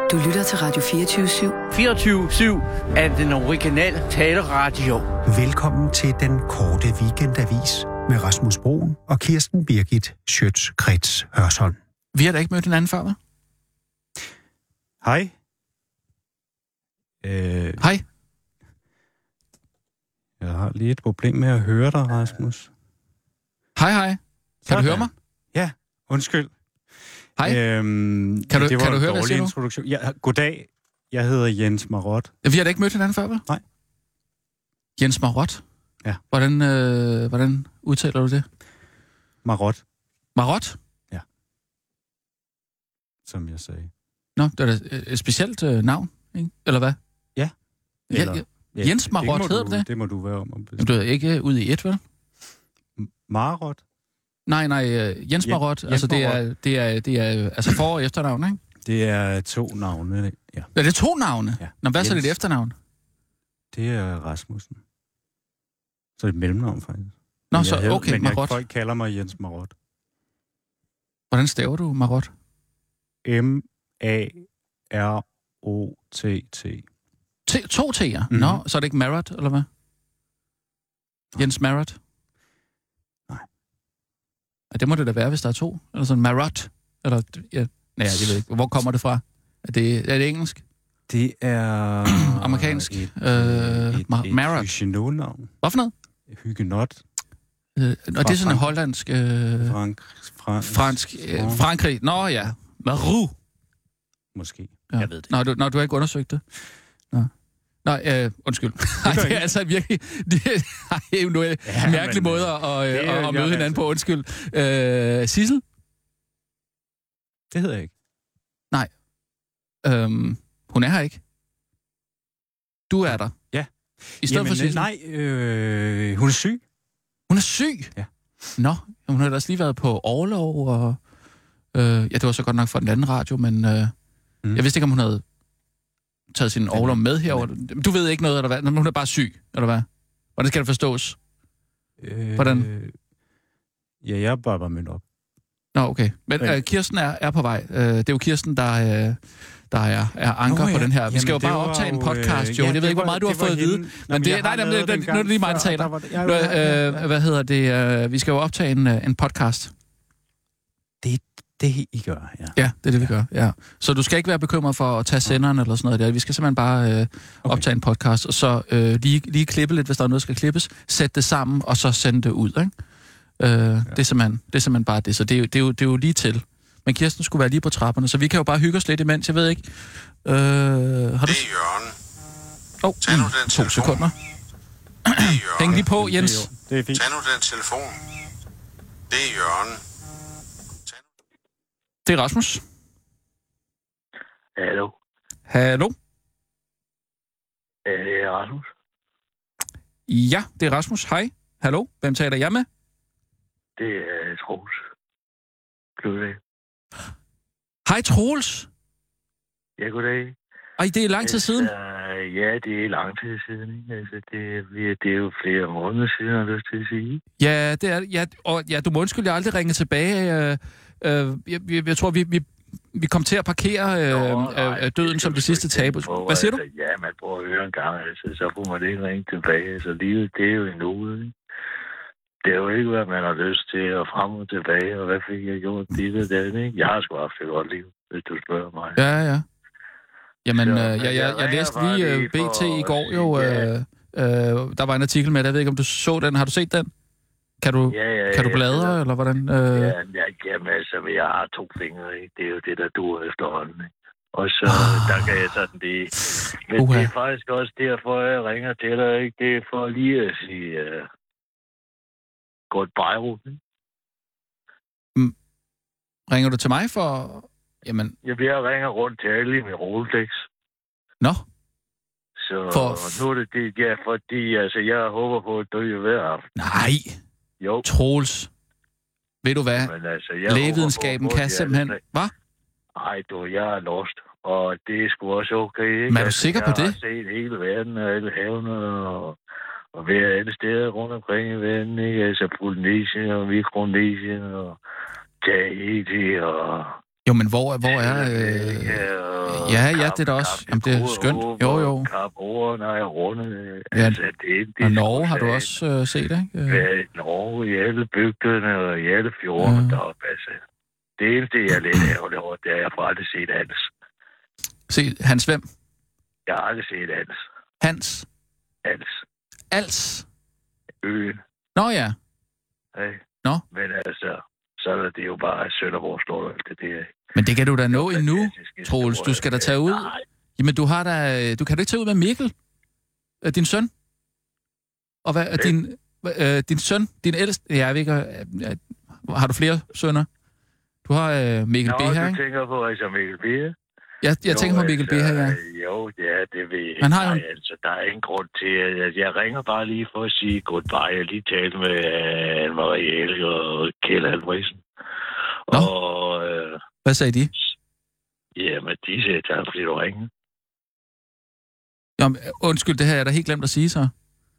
Du lytter til Radio 24/7. 24/7 er den originale taleradio. Velkommen til den korte weekendavis med Rasmus Broen og Kirsten Birgit Schøtz-Krets Hørsholm. Vi har da ikke mødt hinanden før, hva'? Hej. Hej. Jeg har lige et problem med at høre dig, Rasmus. Hej. Kan du høre mig? Ja, undskyld. Hej. Kan du høre, hvad siger introduktion. Ja, goddag. Jeg hedder Jens Marot. Vi har da ikke mødt hinanden før, hva'? Nej. Jens Marot? Ja. Hvordan udtaler du det? Marot. Marot? Ja. Som jeg sagde. Nå, det er da et specielt navn, ikke? Eller hvad? Ja. Eller, Jens Marot, hedder det? Det må du være om. Jamen, du er ikke ude i et, vel? Marot? Nej, Jens Marot. Altså, det er altså for- og efternavn, ikke? Det er 2 navne, ja. Er det 2 navne? Ja. Nå, hvad er så Jens. dit efternavn? Det er Rasmussen. Så det er et mellemnavn, faktisk. Nå, så okay, men Marot. folk kalder mig Jens Marot. Hvordan staver du Marot? M-A-R-O-T-T. 2 T'er? Mhm. Nå, så er det ikke Marot, eller hvad? Jens Marot? Nej. Ja, det må det da være, hvis der er 2. Eller sådan Marot. Eller, ja. Nej, jeg ved ikke. Hvor kommer det fra? Er det engelsk? Det er... Amerikansk? Marot. Et hygenotnavn. Hvad for noget? Hygenot. Og det er sådan en hollandsk... Fransk. Frankrig. Nå ja. Marot. Måske. Ja. Jeg ved det. Nå, du har ikke undersøgt det? Nå. Nej, undskyld. Det er altså virkelig... Det er jo en mærkelig måde at møde hinanden på. Undskyld. Sissel? Det hedder jeg ikke. Nej. Hun er her ikke. Du er der. Ja. I stedet for Sissel? Nej, hun er syg. Hun er syg? Ja. Nå, hun har ellers lige været på orlov, og... ja, det var så godt nok fra den anden radio, men jeg vidste ikke, om hun havde taget sin orlov med herover. Du ved ikke noget, eller hvad? Hun er bare syg, eller hvad? Hvordan skal det forstås? Hvordan? Ja, jeg er bare mødt op. Nå, okay. Men Kirsten er på vej. Det er jo Kirsten, der er anker på den her. Vi skal jo bare optage en podcast, jo. Jeg ved ikke, hvor meget du har fået at vide. Men det nu er det lige mig, der taler. Hvad hedder det? Vi skal jo optage en podcast. Det I gør, ja. Ja, det er det, vi gør, ja. Så du skal ikke være bekymret for at tage senderen eller sådan noget der. Vi skal simpelthen bare optage en podcast, og så lige klippe lidt, hvis der er noget, der skal klippes. Sætte det sammen, og så sende det ud, ikke? Det er simpelthen bare det. Så det er jo lige til. Men Kirsten skulle være lige på trapperne, så vi kan jo bare hygge os lidt imens. Jeg ved ikke... Har du... Det er Jørgen. 2 sekunder. Hæng lige på, Jens. Det er fint. Tag nu den telefon. Det er Jørgen. Det er Rasmus. Hallo. Hallo? Det er Rasmus. Ja, det er Rasmus. Hej. Hallo? Hvem taler jeg med? Det er Troels. Goddag. Hej, Troels. Ja, goddag. Ej, det er lang tid siden. Ja, det er lang tid siden. Ikke? Altså, det er jo flere måneder siden, har jeg lyst til at sige. Ja, det er ja, og ja, du må undskylde, jeg aldrig ringet tilbage. Jeg tror, vi kom til at parkere døden som det sidste tabu. Hvad siger du? Altså, ja, man prøver at høre en gang, altså, så får man ikke ringe tilbage. Altså, livet, det er jo en uge, ikke? Det er jo ikke, hvad man har lyst til at frem og tilbage, og hvad fik jeg gjort dit og det, ikke? Jeg har sgu haft et godt liv, hvis du spørger mig. Ja. Jamen, Så, jeg læste lige BT i går jo. Der var en artikel med det. Jeg ved ikke, om du så den. Har du set den? Kan du bladre, eller hvordan? Jamen, altså, jeg har 2 fingre, ikke? Det er jo det, der dur efterhånden, ikke? Og så, der kan jeg sådan det. Men det er faktisk også derfor, jeg ringer til dig, ikke? Det er for lige at sige, godt bejrut, ikke? Ringer du til mig for... Jamen... Jeg ringer rundt til alle i min Rolex. Nå? Så nu er det, ja, fordi altså, jeg håber på at dø hver aften. Nej! Jo. Troels. Ved du hvad? Men altså, lægevidenskaben kan simpelthen... Hvad? Nej, jeg er lost. Og det er sgu også okay, ikke? Men er du sikker på det? Jeg har set hele verden og alle havene og være alle steder rundt omkring i verden, ikke? Altså Polynesien og Mikronesien og Tahiti og Jo, men hvor er... Ja, det er da også. Jamen, det er skønt. Jo. Kap-ordene er rundet. Ja. Altså, det og Norge har du også set, ikke? Norge, i alle bygderne og i alle fjordene deroppe. Altså, det eneste, jeg er lidt ærgerlig over, det er, at jeg får aldrig set Hans. Se, Hans hvem? Jeg har aldrig set Hans. Hans? Als? Øen. Nå ja. Hey. Nå. Men altså, så er det jo bare Sønderborg, står der alt det der. Men det kan du da nå endnu, Troels. Du skal da tage ud. Nej. Jamen, du kan da ikke tage ud med Mikkel, din søn? Og hvad er din søn, din ældste? Jeg ved ikke, har du flere sønner? Du har Mikkel B. her, ikke? Du tænker på altså Mikkel B. Jeg tænker på Mikkel B. her, ja. Jo, ja, det ved jeg. Han har jo... Altså, der er ingen grund til, at jeg ringer bare lige for at sige goodbye. Jeg lige talte med Anne-Marie Elg og Kjeld Albrechtsen. Og... Hvad sagde de? Jamen, de sagde tak, fordi du ringede. Jamen, undskyld, det her er da helt glemt at sige, så.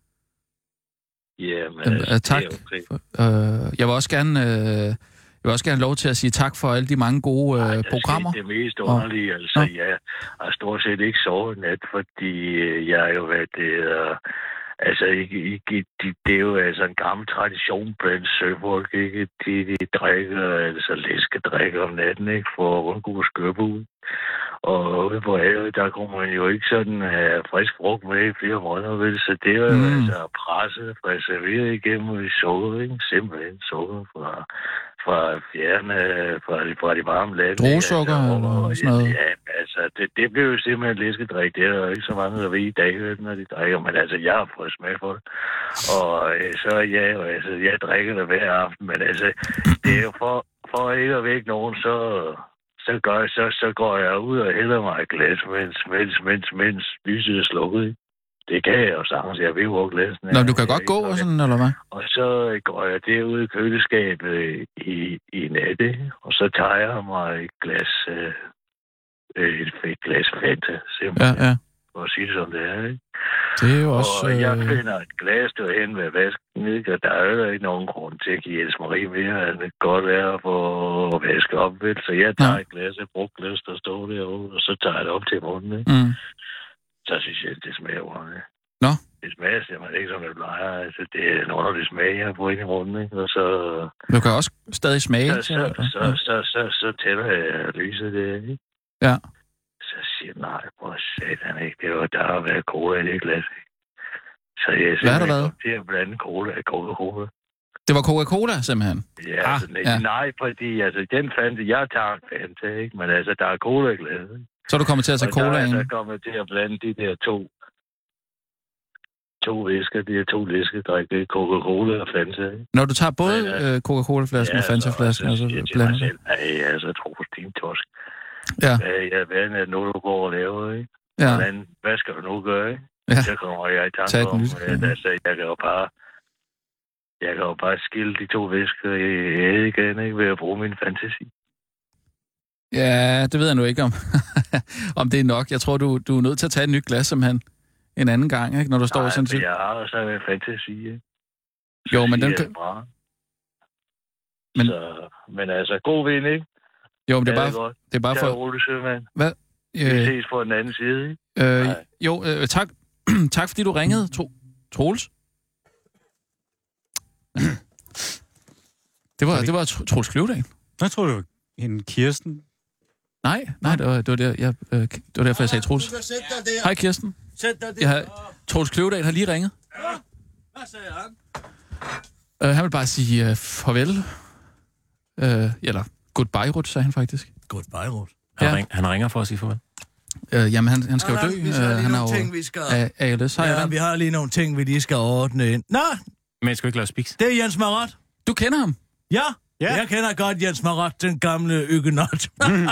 Jamen, tak. Jeg vil også gerne have lov til at sige tak for alle de mange gode programmer. Det mest underlige, altså, jeg har stort set ikke sovet nat, fordi jeg har jo været altså, det er jo altså en gammel tradition blandt søfolk, ikke? De drikker, altså læskedrikker om natten, ikke? For at undgå skørbud. Og ude på havet, der kunne man jo ikke sådan have frisk frugt med i 4 måneder, vel? Så det var jo altså presset, preserveret igennem i sukker, ikke? Simpelthen sukker fra fjerne, fra de varme lande. Druesukker eller sådan noget? Ja, altså, det blev jo simpelthen læskedrik. Det er der jo ikke så mange, der ved i dag, når de drikker. Men altså, jeg har fået smag for det. Og så jeg drikker det hver aften. Men altså, det er jo for ikke at vække nogen, så går jeg ud og hælder mig et glas, mens lyset er slukket. Det kan jeg jo sagtens. Jeg ved jo glasen. Nå, du kan godt gå og sådan, eller hvad? Og så går jeg derud i køleskabet i natte, og så tager jeg mig et glas Fanta, simpelthen. Ja. For at sige det som det er, ikke? Det er jo også... Og jeg finder et glas, der hen ved vasken, ikke? Og der er jo ikke nogen grund til at give Else Marie mere, end det godt være for at vaske op, vel? Så jeg tager et glas, et brugt glas, der står derude, og så tager jeg det op til munden, ikke? Så synes jeg, det smager jo, ikke? Nå? Det smager simpelthen ikke, som det plejer. Altså, det er en underlig smag, jeg har fået ind i munden, ikke? Og så... Du kan også stadig smage. Så tæller jeg lyset det, ikke? Ja. Så siger jeg, nej, hvor satan, ikke? Det var, der har været cola i det glas, ikke? Så jeg simpelthen kom til at blande Coca-Cola. Det var Coca-Cola, simpelthen? Ja, nej, fordi altså, den fandt jeg tager en Fanta, ikke? Men altså, der er cola i glaset, ikke? Så er du kommet til at tage cola ind? Og så kommer jeg til at blande de der to væsker, de her 2 læskedrik, det er Coca-Cola og Fanta, ikke? Når du tager både Coca-Cola-flasken og Fanta-flasken, og så blander du? Ja, så tror jeg, det er en torsk. Ja. Hvad er det nu, du går og laver, ikke? Ja. Hvad skal du nu gøre, ikke? Ja. Så kommer jeg i tanke om, altså, jeg kan jo bare skille de 2 væsker i igen, ikke? Ved at bruge min fantasi. Ja, det ved jeg nu ikke om det er nok. Jeg tror, du er nødt til at tage et nyt glas, simpelthen, en anden gang, ikke? Når du står sådan... Nej, jeg har også en fantasi, ikke? Jo, men den kan... Men altså, god vind, ikke? Jo, men det er bare for... Ole Sømand. Hvad? Vi ses på den anden side, ikke? Tak. Tak, fordi du ringede, Troels. Det var Troels Kløvedal. Jeg tror, det var en Kirsten. Nej, det var derfor, jeg sagde Troels. Hej, Kirsten. Troels Kløvedal har lige ringet. Ja, hvad sagde han? Han vil bare sige farvel. Eller goodbye, sagde han faktisk. Goodbye, Han ringer for at sige farvel. Jamen, han skal jo dø. Han har jo ALS. Ja, vi har lige nogle ting, vi lige skal ordne ind. Nå! Men skal vi ikke lave spiks? Det er Jens Marat. Du kender ham? Ja. Jeg kender godt Jens Marat, den gamle Huguenot.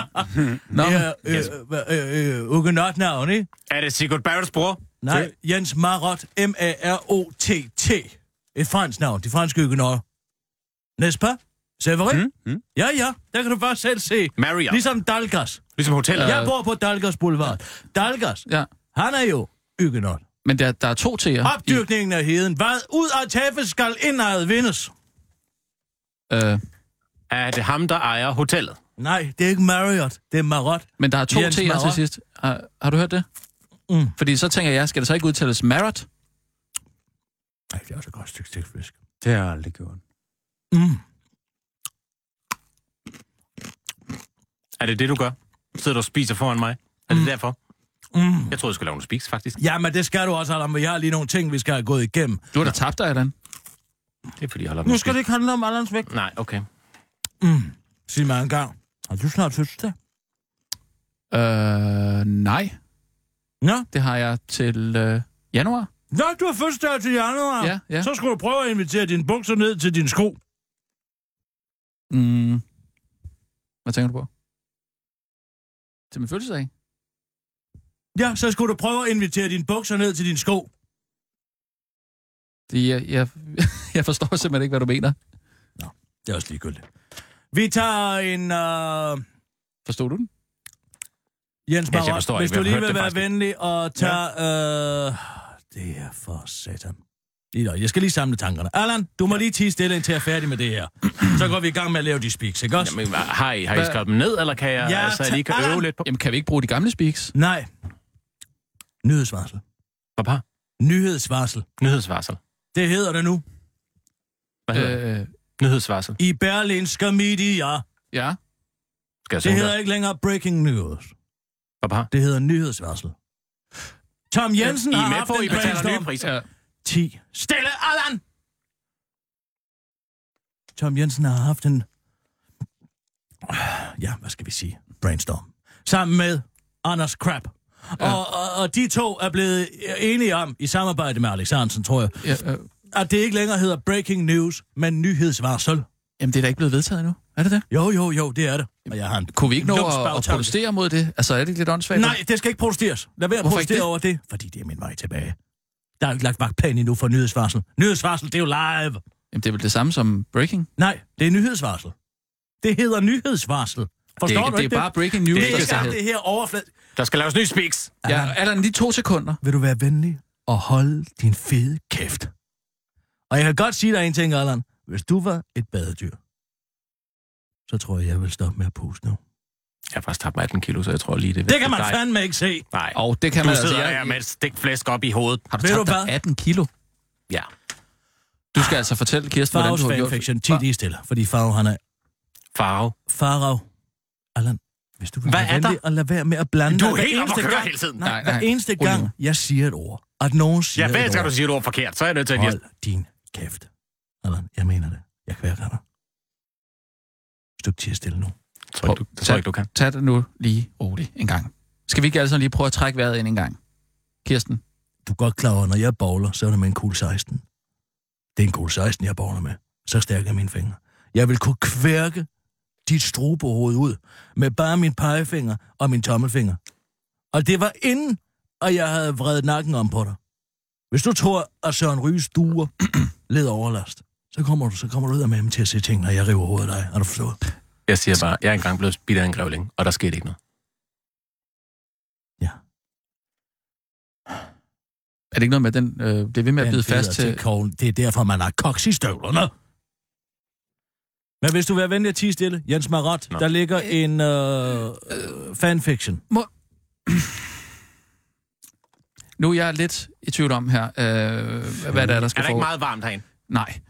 Huguenot-navn, ikke? Er det Sigurd Barretts bror? Nej, Jens Marat, M-A-R-O-T-T. Et fransk navn, de franske Huguenotter. N'est-ce pas? C'est vrai? Ja, der kan du bare selv se. Marriott. Ligesom Dalgas. Ligesom hotellet. Jeg bor på Dalgas Boulevard. Dalgas, han er jo Huguenot. Men der er 2 T'er. Opdyrkningen af heden. Hvad ud af tabet skal indad vindes? Er det ham, der ejer hotellet? Nej, det er ikke Marriott, det er Marot. Men der er 2 T'er til sidst. Har du hørt det? Fordi så tænker jeg, skal det så ikke udtales Marot? Nej, det er også et godt stykke fisk. Det har jeg aldrig gjort. Er det det, du gør? Sidder du og spiser foran mig? Er det derfor? Jeg troede, jeg skulle lave nogle spiks, faktisk. Ja, men det skal du også, Allan, men jeg har lige nogle ting, vi skal have gået igennem. Du har da tabt dig, Allan. Det er fordi, jeg holder Nu skal det ikke handle om Allans vægt. Nej, okay. Sig mig en gang. Har du snart fødselsdag? Nej. Nå? Det har jeg til januar. Nå, du har fødselsdag til januar. Ja. Så skulle du prøve at invitere dine bukser ned til dine sko. Hvad tænker du på? Til min fødselsdag? Ja, så skulle du prøve at invitere dine bukser ned til dine sko. Jeg forstår simpelthen ikke, hvad du mener. Nå, det er også ligegyldigt. Vi tager en... Forstod du den? Jens Marot, hvis du lige vil være venlig og tage... Det er for satan. Jeg skal lige samle tankerne. Allan, du må lige tige stille, indtil jeg er færdig med det her. Så går vi i gang med at lave de speaks, ikke også? Jamen, har I skrevet dem ned, eller kan jeg, så jeg lige kan øve lidt på? Jamen, kan vi ikke bruge de gamle speaks? Nej. Nyhedsvarsel. Papa? Nyhedsvarsel. Det hedder det nu. Hvad hedder det? Nyhedsvarsel. I Berlinske Media. Ja. Det hedder ikke længere breaking news. Papa? Det hedder nyhedsvarsel. Tom Jensen har haft en brainstorm. 10. Stille, Allan! Tom Jensen har haft en... Ja, hvad skal vi sige? Brainstorm. Sammen med Anders Krab. Og de to er blevet enige om, i samarbejde med Alex Hansen, tror jeg, at det ikke længere hedder breaking news, men nyhedsvarsel. Jamen, det er da ikke blevet vedtaget endnu. Er det det? Jo, det er det. Og jeg har kunne vi ikke nå at protestere mod det? Altså, er det ikke lidt åndssvagt? Nej, det skal ikke protesteres. Lad være at protestere over det, fordi det er min vej tilbage. Der er jo ikke lagt vagtplan endnu for nyhedsvarsel. Nyhedsvarsel, det er jo live. Jamen, det er vel det samme som breaking? Nej, det er nyhedsvarsel. Det hedder nyhedsvarsel. Forstår du ikke det? Er bare breaking news. Det er ikke det her overflade. Der skal laves nye speaks. Ja, Allan, lige 2 sekunder. Vil du være venlig og holde din fede kæft? Og jeg kan godt sige dig en ting, Allan. Hvis du var et badedyr, så tror jeg vil stoppe med at puste nu. Jeg har faktisk tabt mig 18 kilo, så jeg tror lige det. Det kan man fandme ikke se. Nej. Og det kan man sidder her med et stik flæsk op i hovedet. Har du tabt dig 18 kilo? Ja. Du skal altså fortælle Kirsten, hvordan du har gjort. Fanfiction, 10 lige stille, fordi Farve, han er... Farve. Allan, hvis du vil være venlig og lade være med at blande... Du er helt op at køre hele tiden. Nej. Hver eneste gang, jeg siger et ord, at nogen siger et ord... Ja, hvad skal du sige et ord forkert? Så er jeg nødt til at... Hold din kæft. Allan, jeg mener det. Jeg kværker dig. Stykke til at stille nu. Det tror jeg ikke, du kan. Tag det nu lige roligt en gang. Skal vi ikke alle sammen lige prøve at trække vejret ind en gang? Kirsten? Du er godt klar over, når jeg bowler, så er det med en kugle 16. Det er en kugle 16, jeg bowler med. Så stærker mine fingre. Jeg vil kunne kværke dit strubehoved ud med bare min pegefinger og min tommelfinger. Og det var inden, at jeg havde vredet nakken om på dig. Hvis du tror, at Søren Ryges duer led overlast, så kommer du ud af med til at se ting, når jeg river hovedet af dig. Har du forstået? Jeg siger bare, jeg er engang blevet bidt af en grævling, og der skete ikke noget. Ja. Er det ikke noget med, den det er ved med at bide fast til... Det er derfor, man har koks i støvlerne. Men hvis du vil være venlig at tie stille, Jens Marot, der ligger en fanfiction. Nu er jeg lidt i tvivl om her, hvad der skal få. Er der ikke meget varmt herinde? Nej.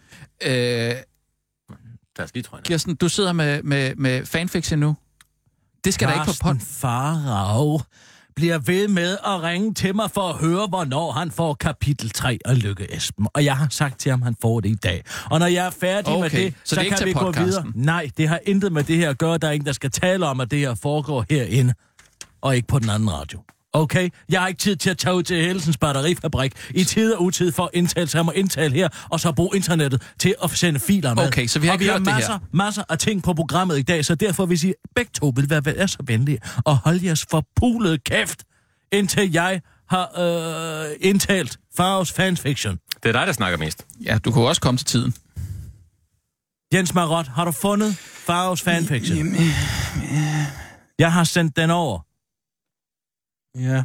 Lige, Kirsten, du sidder med fanfiction nu. Det skal der ikke på pot. Farag bliver ved med at ringe til mig for at høre, hvornår han får kapitel 3 af Lykke Esben. Og jeg har sagt til ham, han får det i dag. Og når jeg er færdig med det, så kan vi gå videre. Nej, det har intet med det her at gøre. Der er ingen, der skal tale om, at det her foregår herinde, og ikke på den anden radio. Okay? Jeg har ikke tid til at tage ud til Helsens batterifabrik i tid og utid for at indtale, så jeg må indtale her, og så bruge internettet til at sende filer med. Okay, så vi har ikke hørt det her. Masser af ting på programmet i dag, så derfor vil jeg begge to vil være så venlige og holde jeres forpulede kæft, indtil jeg har indtalt Farves fanfiction. Det er dig, der snakker mest. Ja, du kunne også komme til tiden. Jens Marot, har du fundet Farves fanfiction? Jeg har sendt den over. Ja.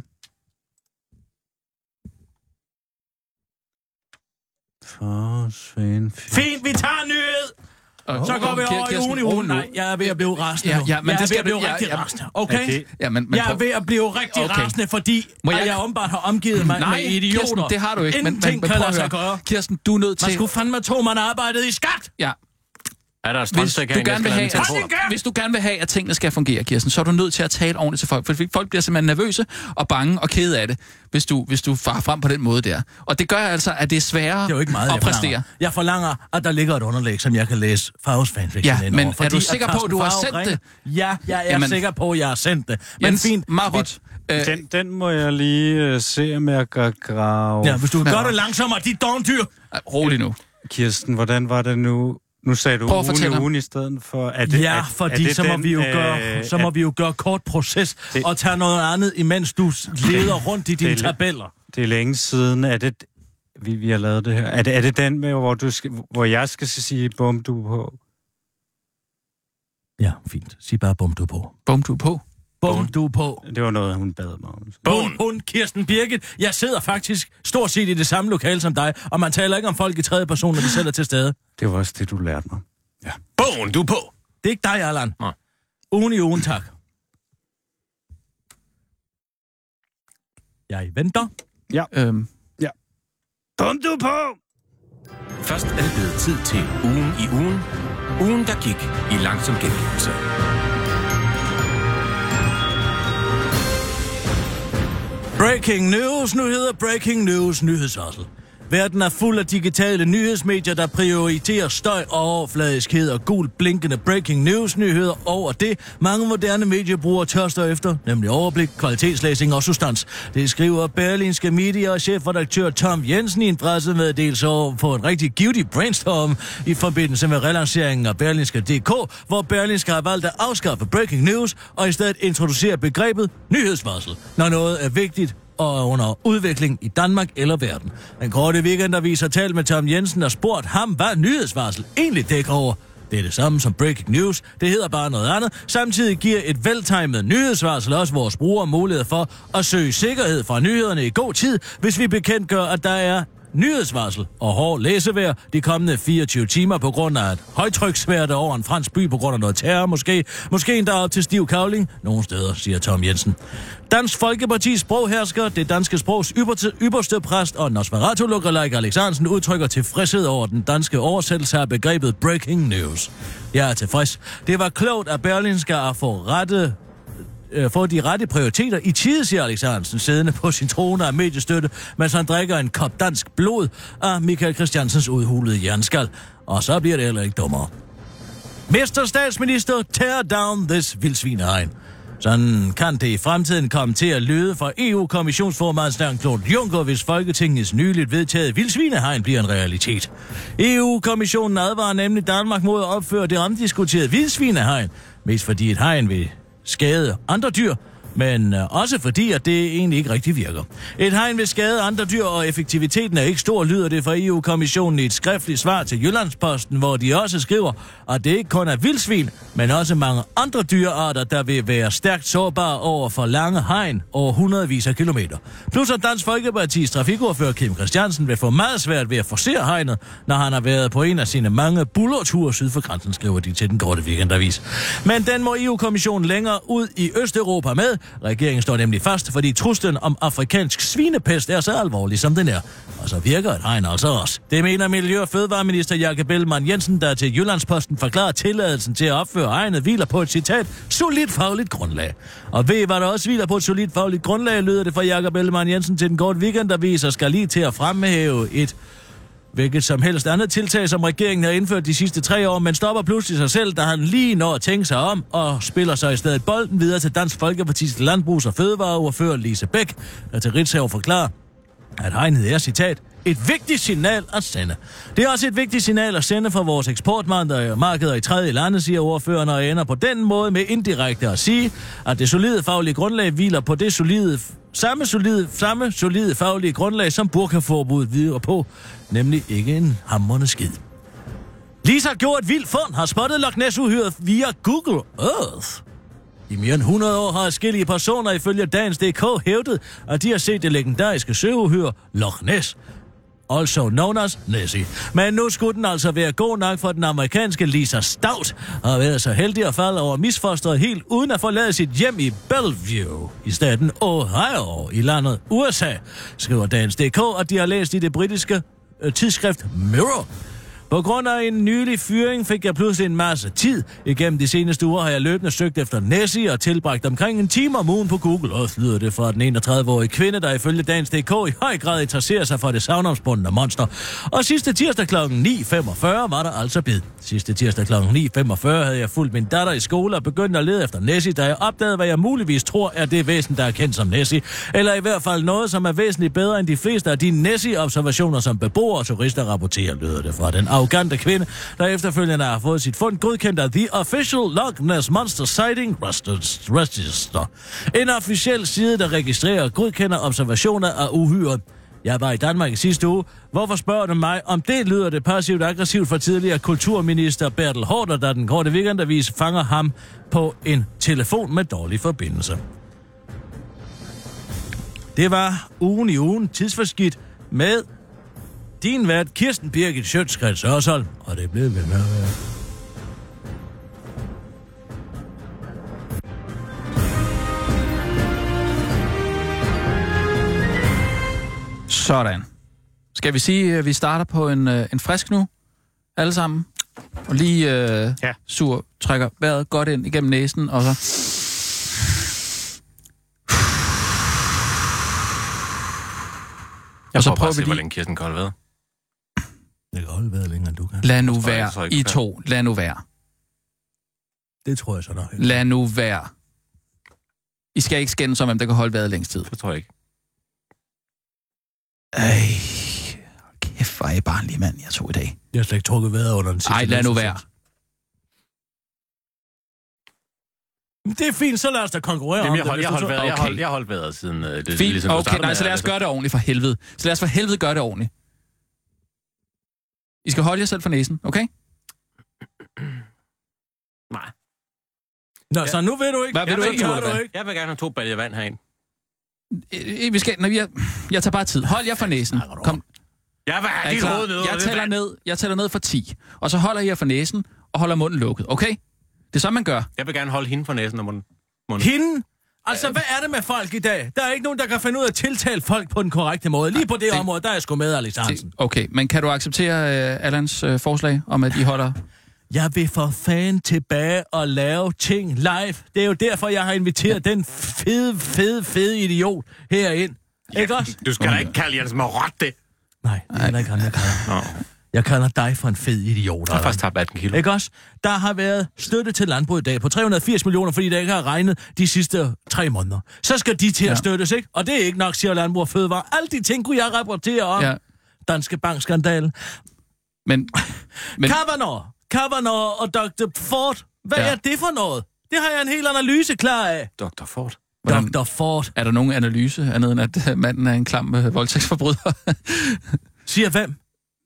Fint, vi tager nyhed! Så går vi over i ugen i ugen. Nej, jeg er ved at blive rasende nu. Ja, men jeg det skal er ved at blive rigtig rasende, okay? Ja, men jeg er ved at blive rigtig rasende, fordi jeg åbenbart har omgivet mig med idioter. Kirsten, det har du ikke. Ingenting kan lade sig gøre. Kirsten, du er nødt til... Man skulle fandme tro, man arbejdede i skat! Ja. Er der hvis du gerne vil have, at tingene skal fungere, Kirsten, så er du nødt til at tale ordentligt til folk, for folk bliver simpelthen nervøse og bange og kede af det, hvis du farer frem på den måde der. Og det gør altså, at det er sværere det er jo ikke meget, at præstere. Jeg forlanger, at der ligger et underlæg, som jeg kan læse Favs fanfiction ind over. Men er du sikker på, at du har sendt det? Ja, jeg er sikker på, at jeg har sendt det. Men Jens, fint, Marot. Den må jeg lige se, om jeg kan grave. Ja, hvis du gør det langsommere, dit dogndyr. Rolig nu. Kirsten, hvordan var det nu? Nu sagde du ugen i stedet for... Fordi så må vi jo gøre kort proces og tage noget andet, imens du leder rundt i dine tabeller. Det er længe siden, vi har lavet det her. Er det den med, hvor jeg skal sige bum du på? Ja, fint. Sig bare bum du på. Bum du på? Bum du på. Det var noget, hun bad mig om. Hun, Kirsten Birgit. Jeg sidder faktisk stort set i det samme lokale som dig, og man taler ikke om folk i tredje person, når de selv er til stede. Det var også det, du lærte mig. Ja. Bum du på. Det er ikke dig, Allan. Ugen i ugen, tak. Jeg venter. Ja. Ja. Bum du på! Først er det blevet tid til ugen i ugen. Ugen, der gik i langsom gengivelse. Breaking news, nu hedder Breaking News nyhedsvarsel. Verden er fuld af digitale nyhedsmedier, der prioriterer støj og overfladiskhed og gult blinkende breaking news nyheder over det, mange moderne mediebrugere tørster efter, nemlig overblik, kvalitetslæsning og substans. Det skriver Berlingske Media og chefredaktør Tom Jensen i en pressemeddelelse over på en rigtig givtig brainstorm i forbindelse med relanceringen af Berlingske.dk, hvor Berlingske har valgt at afskaffe breaking news og i stedet introducere begrebet nyhedsvarsel, når noget er vigtigt og under udvikling i Danmark eller verden. Den korte weekendavis har talt med Tom Jensen og spurgt ham, hvad nyhedsvarsel egentlig dækker over. Det er det samme som breaking news, det hedder bare noget andet. Samtidig giver et veltimet nyhedsvarsel også vores brugere mulighed for at søge sikkerhed fra nyhederne i god tid, hvis vi bekendtgør, at der er nyhedsvarsel og hård læsevejr de kommende 24 timer på grund af et højtryksvejr over en fransk by på grund af noget terror måske endda op til stiv kavling nogle steder, siger Tom Jensen. Dansk Folkepartis sproghersker, det danske sprogs ypperste præst og Nosferatu-lookalike Alex Ahrendtsen udtrykker tilfredshed over den danske oversættelse af begrebet breaking news. Jeg er tilfreds. Det var klogt af Berlingske at få de rette prioriteter i tide, siger Alex Ahrendtsen, siddende på sin trone af mediestøtte, mens han drikker en kop dansk blod af Michael Christiansens udhulede jernskal. Og så bliver det heller ikke dummere. Mr. Statsminister, tear down this vildsvinehegn. Sådan kan det i fremtiden komme til at lyde for EU-kommissionsformand Jean-Claude Juncker, hvis Folketingets nyligt vedtaget vildsvinehegn bliver en realitet. EU-kommissionen advarer nemlig Danmark mod at opføre det omdiskuterede vildsvinehegn, mest fordi et hegn vil skade andre dyr, men også fordi, at det egentlig ikke rigtig virker. Et hegn vil skade andre dyr, og effektiviteten er ikke stor, lyder det fra EU-kommissionen i et skriftligt svar til Jyllandsposten, hvor de også skriver, at det ikke kun er vildsvin, men også mange andre dyrearter, der vil være stærkt sårbare over for lange hegn over hundredvis af kilometer. Plus at Dansk Folkepartis trafikordfører Kim Christiansen vil få meget svært ved at forcere hegnet, når han har været på en af sine mange bullerture syd for grænsen, skriver de til den korte weekendavis. Men den må EU-kommissionen længere ud i Østeuropa med. Regeringen står nemlig fast, fordi truslen om afrikansk svinepest er så alvorlig, som den er. Og så virker et hegn altså også. Det mener Miljø- og Fødevareminister Jakob Ellemann-Jensen, der til Jyllandsposten forklarer tilladelsen til at opføre hegnet hviler på et citat solidt fagligt grundlag. Og ved hvad der også hviler på et solidt fagligt grundlag, lyder det fra Jakob Ellemann-Jensen til den korte weekendavis og skal lige til at fremhæve et hvilket som helst andet tiltag, som regeringen har indført de sidste 3 år, men stopper pludselig sig selv, da han lige når at tænke sig om og spiller sig i stedet bolden videre til Dansk Folkepartis landbrugs- og fødevareordfører Lise Bæk, der til Ritzau forklarer, at hegnet er, citat, et vigtigt signal at sende. Det er også et vigtigt signal at sende fra vores eksportmarkeder i tredje lande, siger ordføreren, og ender på den måde med indirekte at sige, at det solide faglige grundlag hviler på det samme solide faglige grundlag, som burkaforbuddet hviler på, nemlig ikke en hamrende skid. Lisa har gjort et vildt fund, har spottet Loch Ness-uhyret via Google Earth. I mere end 100 år har forskellige personer ifølge Dagens.dk hævdet, at de har set det legendariske søuhyre Loch Ness. also known as Nessie. Men nu skulle den altså være god nok for den amerikanske Lisa Stout, og været så heldig at falde over misfosteret helt uden at forlade sit hjem i Bellevue, i staten Ohio, i landet USA, skriver Dagens DK, og de har læst i det britiske tidsskrift Mirror. På grund af en nylig fyring fik jeg pludselig en masse tid. Igennem de seneste uger har jeg løbende søgt efter Nessie og tilbragt omkring en time om ugen på Google. Og lyder det fra den 31-årige kvinde, der ifølge Dagens DK i høj grad interesserer sig for det savnomsbundne monster. Og sidste tirsdag kl. 9.45 var der altså bid. Sidste tirsdag kl. 9.45 havde jeg fulgt min datter i skole og begyndt at lede efter Nessie, da jeg opdagede, hvad jeg muligvis tror er det væsen, der er kendt som Nessie. Eller i hvert fald noget, som er væsentligt bedre end de fleste af de Nessie-observationer, som beboere og turister rapporterer, lyder det fra den arrogante kvinde, der efterfølgende har fået sit fund godkendt af The Official Loch Ness Monster Sighting Register. En officiel side, der registrerer og godkender observationer af uhyre. Jeg var i Danmark i sidste uge. Hvorfor spørger du mig, om det lyder det passivt aggressivt for tidligere kulturminister Bertel Haarder, da den korte weekendavis fanger ham på en telefon med dårlig forbindelse. Det var ugen i ugen tidsforskidt med din vært Kirsten Birgit Schøtz-Krets Hørsholm, og det blev ved med at være. Sådan. Skal vi sige, at vi starter på en frisk nu, alle sammen? Og lige trækker vejret godt ind igennem næsen, og så... Jeg prøver bare at se, hvor længe Kirsten kan holde ved. Det kan holde ved længere, end du kan. Lad nu være, I to. Lad nu være. Det tror jeg så nok. Lad nu være. I skal ikke skændes om, hvem der kan holde vejret længst tid. Det tror jeg ikke. Kæft, hvor er I barnlig mand, jeg tog i dag. Jeg har slet ikke trukket vejret under den sidste. Ej, lad nu være. Det er fint, så lad os da konkurrere om det. Jeg har holdt vejret siden... det fint, ligesom okay, nej, så lad os gøre det ordentligt for helvede. Så lad os for helvede gøre det ordentligt. I skal holde jer selv for næsen, okay? Nej. Nå, så nu ved du ikke. Hvad vil du ikke? Jeg vil gerne have 2 baljer vand herinde. Vi skal... Jeg tager bare tid. Hold jer for næsen. Kom. Jeg vil have dit hoved ned. Jeg tæller ned for 10. Og så holder jeg for næsen og holder munden lukket, okay? Det er sådan, man gør. Jeg vil gerne holde hende for næsen og munden. Hende? Altså, hvad er det med folk i dag? Der er ikke nogen, der kan finde ud af at tiltale folk på den korrekte måde. Lige på det område, der er jeg sgu med, Alex Hansen. Okay, men kan du acceptere Allans forslag om, at I holder... Jeg vil for fan tilbage og lave ting live. Det er jo derfor, jeg har inviteret den fede idiot herind. Ja, ikke også? Du skal da ikke kalde Jens Marot det. Nej, det er ikke han, jeg kalder. Jeg kalder dig for en fed idiot. Jeg har faktisk tabt 18 kilo. Ikke også? Der har været støtte til landbrug i dag på 380 millioner, fordi der ikke har regnet de sidste 3 måneder. Så skal de til at støttes, ikke? Og det er ikke nok, siger Landbrug og Fødevare. Alle de ting kunne jeg rapportere om. Ja. Danske Bank-skandalen. Men... Kavanaugh og Dr. Ford. Hvad er det for noget? Det har jeg en hel analyse klar af. Dr. Ford? Dr. Ford. Er der nogen analyse andet end, at manden er en klam voldtægtsforbryder? Siger hvem?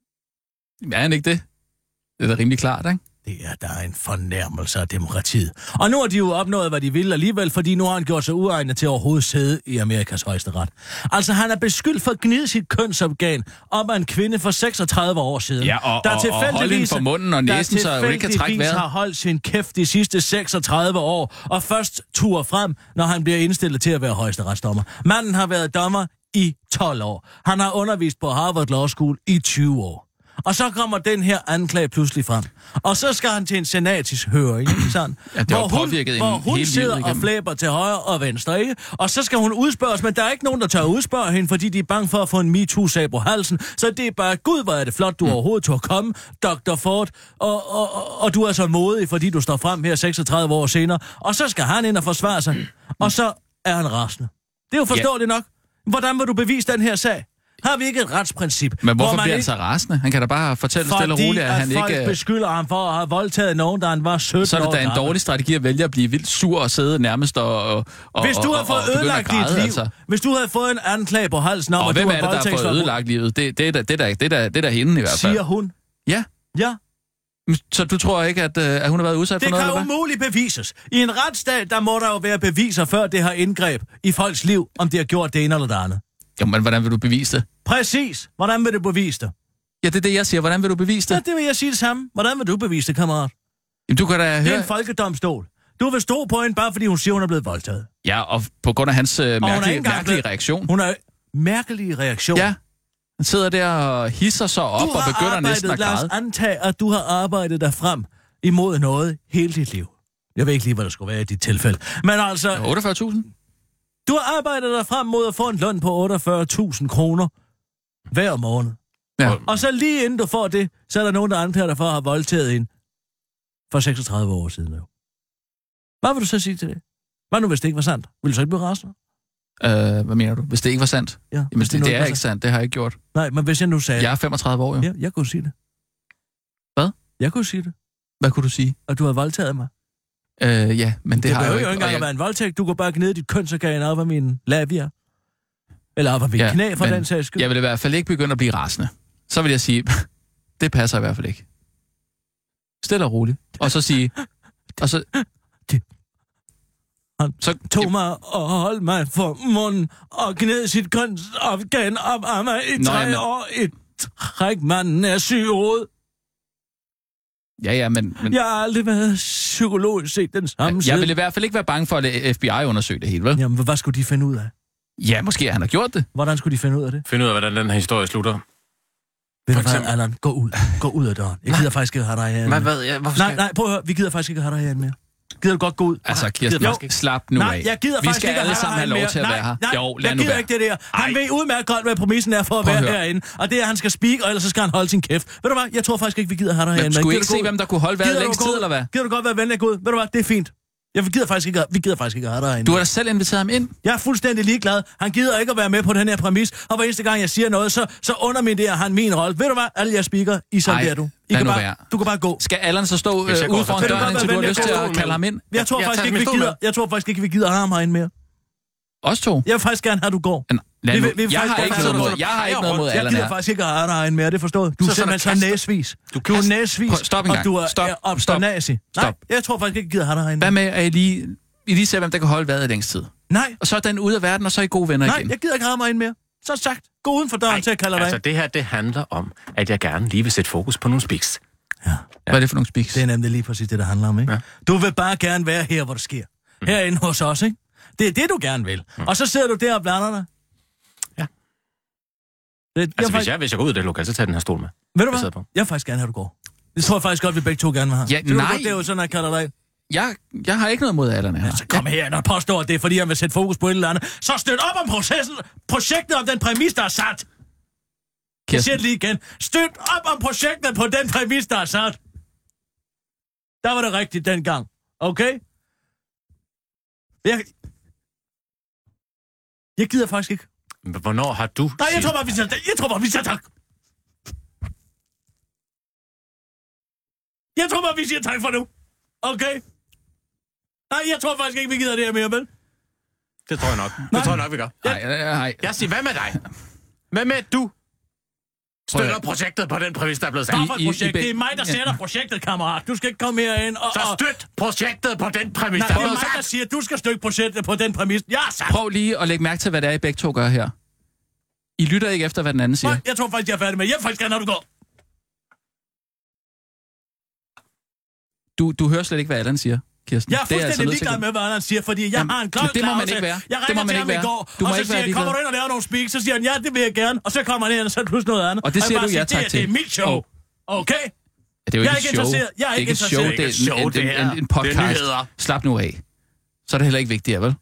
Er han ikke det? Det er da rimelig klart, ikke? Det er der en fornærmelse af demokratiet. Og nu har de jo opnået, hvad de ville alligevel, fordi nu har han gjort sig uegnet til overhovedet sæde i Amerikas højesteret. Altså, han er beskyldt for at gnide sit kønsorgan op af en kvinde for 36 år siden. Ja, og holde hende for munden og næsen, så hun ikke kan trække vejret. Har holdt sin kæft de sidste 36 år, og først turer frem, når han bliver indstillet til at være højesteretsdommer. Manden har været dommer i 12 år. Han har undervist på Harvard Law School i 20 år. Og så kommer den her anklage pludselig frem. Og så skal han til en senatisk høring, ikke sådan? Ja, hvor hun sidder og flæber til højre og venstre, ikke? Og så skal hun udspørges, men der er ikke nogen, der tør udspørge hende, fordi de er bange for at få en MeToo-sag på halsen. Så det er bare, gud, hvor er det flot, du overhovedet tog at komme, Dr. Ford, og du er så modig, fordi du står frem her 36 år senere. Og så skal han ind og forsvare sig, og så er han rasende. Det er jo forståeligt nok. Hvordan vil du bevise den her sag? Har vi ikke et retsprincip? Men hvorfor bliver han så rasende? Han kan da bare fortælle stille og roligt, at han ikke... Fordi folk beskylder ham for at have voldtaget nogen, da han var 17 år. Så er det da en dårlig strategi at vælge at blive vildt sur og sidde nærmest og hvis du har fået ødelagt dit liv, altså. Hvis du havde fået en anklage på halsen om, og at du har voldtægt... Og hvem er det, der har fået ødelagt livet? Det er da hende i hvert fald. Siger hun? Ja. Ja. Så du tror ikke, at hun har været udsat for noget? Det kan umuligt bevises. I en retsstat, der må der jo være beviser, før det har indgreb i folks liv, om de har gjort det ene eller det andet. Jamen, hvordan vil du bevise det? Præcis. Hvordan vil du bevise det? Ja, det er det, jeg siger. Hvordan vil du bevise det? Ja, det vil jeg sige det samme. Hvordan vil du bevise det, kammerat? Jamen, du kan da høre... Det er en folkedomstol. Du vil stå på hende, bare fordi hun siger, hun er blevet voldtaget. Ja, og på grund af hans mærkelige reaktion. Hun er mærkelig reaktion. Ja. Han sidder der og hisser sig op og begynder næsten at græde. Lad os antage, at du har arbejdet dig frem imod noget hele dit liv. Jeg ved ikke lige, hvad der skulle være i dit tilfælde. Men altså... 48.000? Du har arbejdet dig frem mod at få en løn på 48.000 kroner hver måned. Ja. Og så lige inden du får det, så er der nogen, der antager dig for at have voldtaget en for 36 år siden. Hvad vil du så sige til det? Hvad nu, hvis det ikke var sandt? Vil du så ikke blive rasende? Hvad mener du? Hvis det ikke var sandt? Ja, jamen, det er ikke sandt. Det har jeg ikke gjort. Nej, men hvis jeg nu sagde... Jeg er 35 år, jo. Ja, jeg kunne sige det. Hvad? Jeg kunne sige det. Hvad kunne du sige? At du har voldtaget mig. Ja, men det har jeg jo ikke engang være en voldtægt. Du kan bare gnide dit kønsorgan op af min labia. Eller op af mit knæ, for den sags skyld. Jeg vil i hvert fald ikke begynde at blive rasende. Så vil jeg sige, det passer i hvert fald ikke. Stille og roligt. Og så sige... Og så... Han tog mig og holdt mig for munden og gned sit kønsorgan op af mig i 3 år. Et træk, manden er syg hoved. Ja, men... Jeg har aldrig været psykologisk set den samme side. Jeg vil i hvert fald ikke være bange for, at FBI undersøger det hele, vel? Jamen, hvad skulle de finde ud af? Ja, måske han har gjort det. Hvordan skulle de finde ud af det? Finde ud af, hvordan den her historie slutter. Ved du hvad, Allan? Gå ud af døren. Jeg gider faktisk ikke have dig herinde. Nej, prøv at høre. Vi gider faktisk ikke have dig herinde mere. Gider du godt gå ud? Altså, Kirsten, slap nu af. Nej, jeg gider faktisk ikke alle sammen have lov til at være her. Jo, lad nu være. Jeg gider ikke det der. Han ved udmærket godt, hvad præmissen er for at være herinde. Og det er, at han skal speak, og ellers så skal han holde sin kæft. Ved du hvad, jeg tror faktisk ikke, vi gider have dig herinde. Men skulle I ikke se, hvem der kunne holde vejret længst tid, eller hvad? Gider du godt være venlig at gå ud? Ved du hvad, det er fint. Vi gider faktisk ikke have dig herinde. Du har da selv inviteret ham ind. Jeg er fuldstændig ligeglad. Han gider ikke at være med på den her præmis. Og hver eneste gang, jeg siger noget, så underminerer han min rolle. Ved du hvad, alle jer speaker, I sådan der du. Du kan bare gå. Skal Allan så stå ude foran døren, indtil du har lyst til at kalde ham ind? Jeg tror faktisk ikke, vi gider have ham herinde mere. Os to? Jeg vil faktisk gerne have, at du går. Jeg har ikke noget mod Allan her. Jeg gider faktisk ikke have dig herinde mere, det er forstået. Du er simpelthen så næsvis. Du er næsvis. Stop en gang. Og du er obsternasi. Nej, jeg tror faktisk ikke, jeg gider have dig herinde. Hvad med, at I lige ser, hvem der kan holde vejret i længst tid? Nej. Og så er den ude af verden, og så er I gode venner igen. Nej, jeg gider ikke have mig ind mere. Så sagt, gå uden for døren til at kalde dig. Altså, det her, det handler om, at jeg gerne lige vil sætte fokus på nogle speaks. Ja. Hvad er det for nogle speaks? Det er nemlig lige præcis det, der handler om, ikke? Ja. Du vil bare gerne være her, hvor det sker. Herinde hos os, ikke? Det er det, du gerne vil. Og så sidder du der og blander dig. Ja. Altså, hvis jeg går ud af det lokal, så tager den her stol med. Ved du hvad? Jeg vil faktisk gerne have, at du går. Det tror jeg faktisk godt, vi begge to gerne vil have. Ja, nej. Det er jo sådan, at jeg kalder dig. Jeg har ikke noget mod Allan her. Så kom her og påstår, at det er, fordi han vil sætte fokus på et eller andet. Så støt op om projektet om den præmis, der er sat. Jeg siger det lige igen. Støt op om projektet på den præmis, der er sat. Der var det rigtigt dengang. Okay? Jeg gider faktisk ikke. Hvornår har du... Nej, jeg tror bare, vi siger tak. Jeg tror bare, vi siger tak for nu. Okay? Nej, jeg tror faktisk ikke, vi gider det her mere, vel? Det tror jeg nok. Det tror jeg nok, vi gør. Nej. Jeg siger, hvad med dig? Hvad med du støtter projektet på den præmis, der er blevet sat? Det er mig, der sætter projektet, kammerat. Du skal ikke komme herind og... Så støt projektet på den præmis, der er blevet sat. Det er mig, der siger, at du skal støtte projektet på den præmis. Jeg har sagt. Prøv lige at lægge mærke til, hvad det er, I begge to gør her. I lytter ikke efter, hvad den anden siger. Nej, jeg tror faktisk, jeg er færdig med. Jeg vil faktisk gerne, når du går. Du hører slet ikke, hvad Allan siger, Kirsten. Jeg er fuldstændig ligeglad med, hvad Allan siger, fordi jeg har en klar det må man ikke være. Jeg ringer til ham i går, og så siger jeg, kommer du ind og laver nogle speak? Så siger han, ja, det vil jeg gerne. Og så kommer han ind, og så er det pludselig noget andet. Og det siger du ja tak til. Det er mit show. Okay? Det er jo ikke et show. Jeg er ikke interesseret. Det er en podcast. Slap nu af. Så er det heller ikke vigtigt, vel?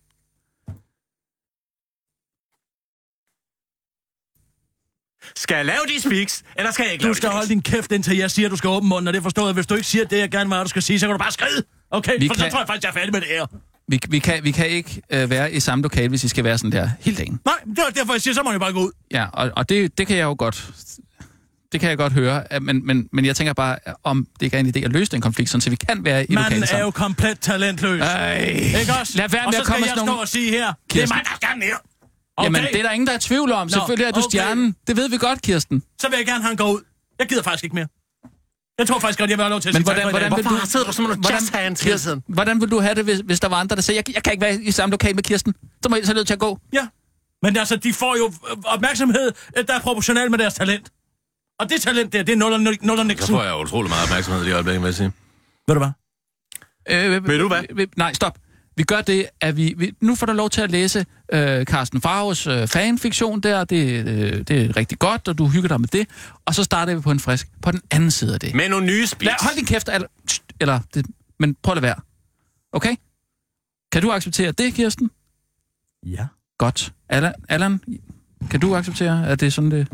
Skal jeg lave de speaks, eller skal jeg ikke lave de speaks? Du skal holde din kæft, indtil jeg siger, at du skal åbne munden, og det forstår jeg. Hvis du ikke siger det, jeg gerne vil, du skal sige, så kan du bare skride. Okay? Så tror jeg faktisk, jeg er færdig med det her. Vi kan ikke være i samme lokale, hvis I skal være sådan der hele dagen. Nej, det er derfor, jeg siger, så må jeg bare gå ud. Ja, og det kan jeg jo godt... Det kan jeg godt høre, men jeg tænker bare, om det ikke er en idé at løse den konflikt, så vi kan være i lokale sammen. Manden er jo komplet talentløs. Ikke også? Lad være med at komme sådan nogle... Og så skal jeg stå og sige her, Kirsten. det er mig, der skal ned. Okay. Jamen, det er der ingen, der er tvivl om. Selvfølgelig er du stjernen. Det ved vi godt, Kirsten. Så vil jeg gerne have han gå ud. Jeg gider faktisk ikke mere. Jeg tror faktisk godt, jeg vil have lov til at sige tak for i dag. Hvorfor sidder du som en jazzhand hele tiden? Hvordan vil du have det, hvis der var andre, der siger, jeg kan ikke være i samme lokal med Kirsten? Så må jeg så nødt til at gå. Ja. Men altså, de får jo opmærksomhed, der er proportional med deres talent. Og det talent der, det er nul og niksen. Så får jeg utrolig meget opmærksomhed i øjeblikket, vil jeg sige. Ved du hvad? Ved du hvad? Nej, stop. Vi gør det, at vi nu får du lov til at læse Karsten Farves fanfiktion der. Det er rigtig godt, og du hygger dig med det. Og så starter vi på en frisk på den anden side af det. Med nogle nye speeds. Hold din kæft, men prøv at lade være. Okay? Kan du acceptere det, Kirsten? Ja. Godt. Allan, kan du acceptere, at det er sådan, det...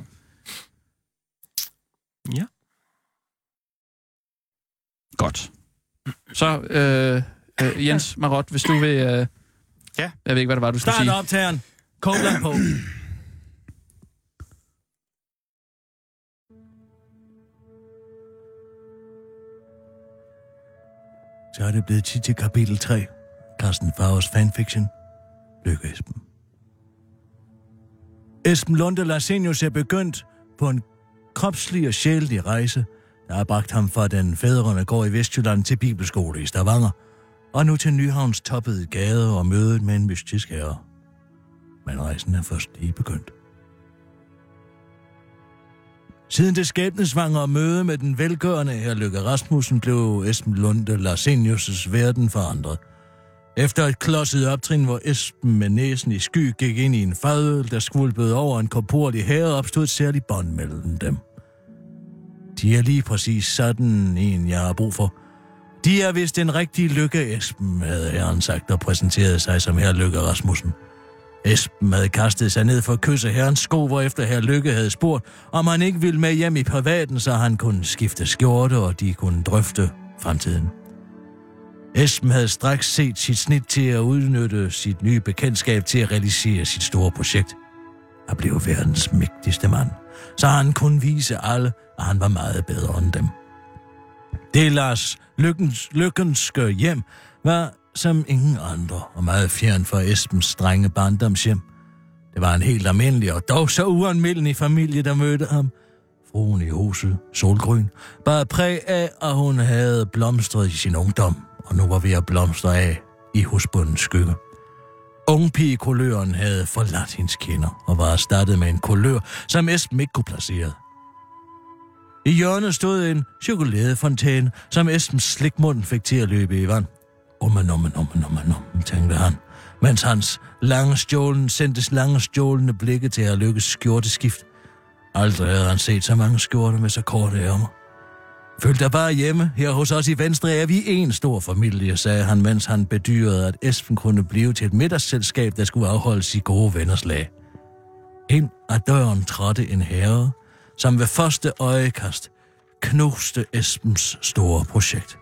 Ja. Godt. Så, Jens Marot, hvis du vil... ja. Jeg ved ikke, hvad det var, du skulle sige. Start optageren. Kobler på. Så er det blevet tid til kapitel 3. Karsten Farves fanfiction. Lykke Esben. Esben Lunde Larsenius er begyndt på en kropslig og sjælelig rejse, der har bragt ham fra den fædrende gård i Vestjylland til bibelskole i Stavanger, og nu til Nyhavns toppede gade og mødet med en mystisk herre. Men rejsen er først lige begyndt. Siden det skæbnesvangre møde med den velgørende herr Løkke Rasmussen blev Esben Lunde Larsenius' verden forandret. Efter et klodset optrin, hvor Esben med næsen i sky gik ind i en fadøl, der skvulpede over en korporlig herre, opstod et særligt bånd mellem dem. De er lige præcis sådan en, jeg har brug for. De er vist den rigtige Lykke Esben, havde herren sagt og præsenterede sig som herr Løkke Rasmussen. Esben havde kastet sig ned for at kysse herrens sko, hvorefter herr Lykke havde spurgt, om han ikke ville med hjem i privaten, så han kunne skifte skjorte, og de kunne drøfte fremtiden. Esben havde straks set sit snit til at udnytte sit nye bekendtskab til at realisere sit store projekt. At blive verdens mægtigste mand, så han kunne vise alle, at han var meget bedre end dem. Det Lars Lykkenske hjem var som ingen andre og meget fjern fra Esbens strenge barndomshjem. Det var en helt almindelig og dog så uanmeldelig familie, der mødte ham. Fruen i huset, solgrøn, bare præg af, at hun havde blomstret i sin ungdom, og nu var ved at blomstre af i husbundens skygge. Ungpigekuløren havde forladt hendes kinder og var erstattet med en kulør, som Esben ikke kunne placere. I hjørnet stod en chokoladefontæne, som Esbens slikmund fik til at løbe i vand. Tænkte han, mens hans sendtes lange stjålende blikke til at lykkes skjorteskift. Aldrig havde han set så mange skjorter med så korte ærmer. Følg dig bare hjemme. Her hos os i Venstre er vi en stor familie, sagde han, mens han bedyrede, at Esben kunne blive til et middagsselskab, der skulle afholdes i gode venners lag. Ind ad døren trådte en herre, som ved første øjekast knuste Esbens store projekt.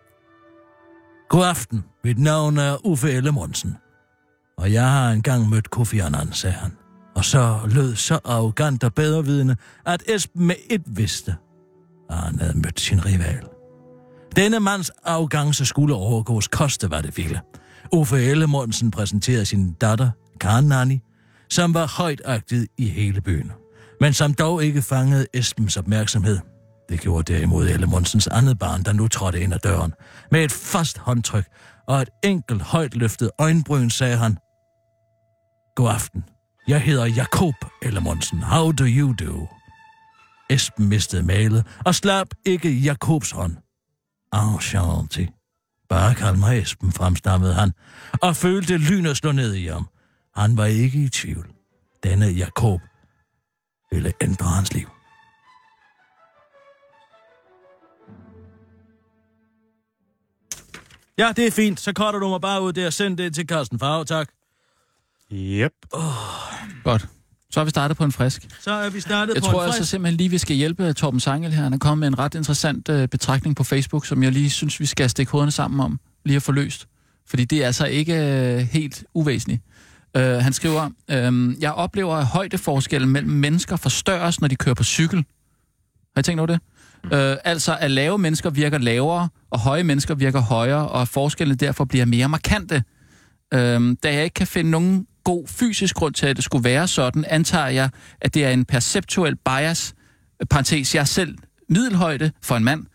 God aften, mit navn er Uffe Ellemonsen, og jeg har engang mødt Kofi Annan, sagde han. Og så lød så arrogant og bedrevidende, at Esben med et vidste, at han havde mødt sin rival. Denne mands arrogance skulle overgås, koste hvad det ville. Uffe Ellemonsen præsenterede sin datter, Karen Nanni, som var højtagtet i hele byen, men som dog ikke fangede Esbens opmærksomhed. Det gjorde derimod Ellemonsens andet barn, der nu trådte ind ad døren. Med et fast håndtryk og et enkelt højt løftet øjenbryn, sagde han: God aften. Jeg hedder Jakob Ellemonsen. How do you do? Esben mistede malet og slap ikke Jakobs hånd. Enchanté. Bare kald mig Esben, fremstammede han, og følte lynet slå ned i ham. Han var ikke i tvivl. Denne Jakob ville ændre hans liv. Ja, det er fint. Så cutter du mig bare ud der og send det til Karsten Farve, tak. Yep. Godt. Så har vi startet på en frisk. Så er vi startet på en frisk. Jeg tror altså simpelthen lige, vi skal hjælpe Torben Sangel her. Han er kommet med en ret interessant betragtning på Facebook, som jeg lige synes, vi skal stikke hovederne sammen om, lige at få løst. Fordi det er altså ikke helt uvæsentligt. Han skriver, jeg oplever, at højdeforskellen mellem mennesker forstørres, når de kører på cykel. Har I tænkt over det? Altså, at lave mennesker virker lavere, og høje mennesker virker højere, og forskellene derfor bliver mere markante. Da jeg ikke kan finde nogen god fysisk grund til, at det skulle være sådan, antager jeg, at det er en perceptuel bias, parentes, jeg er selv middelhøjde for en mand.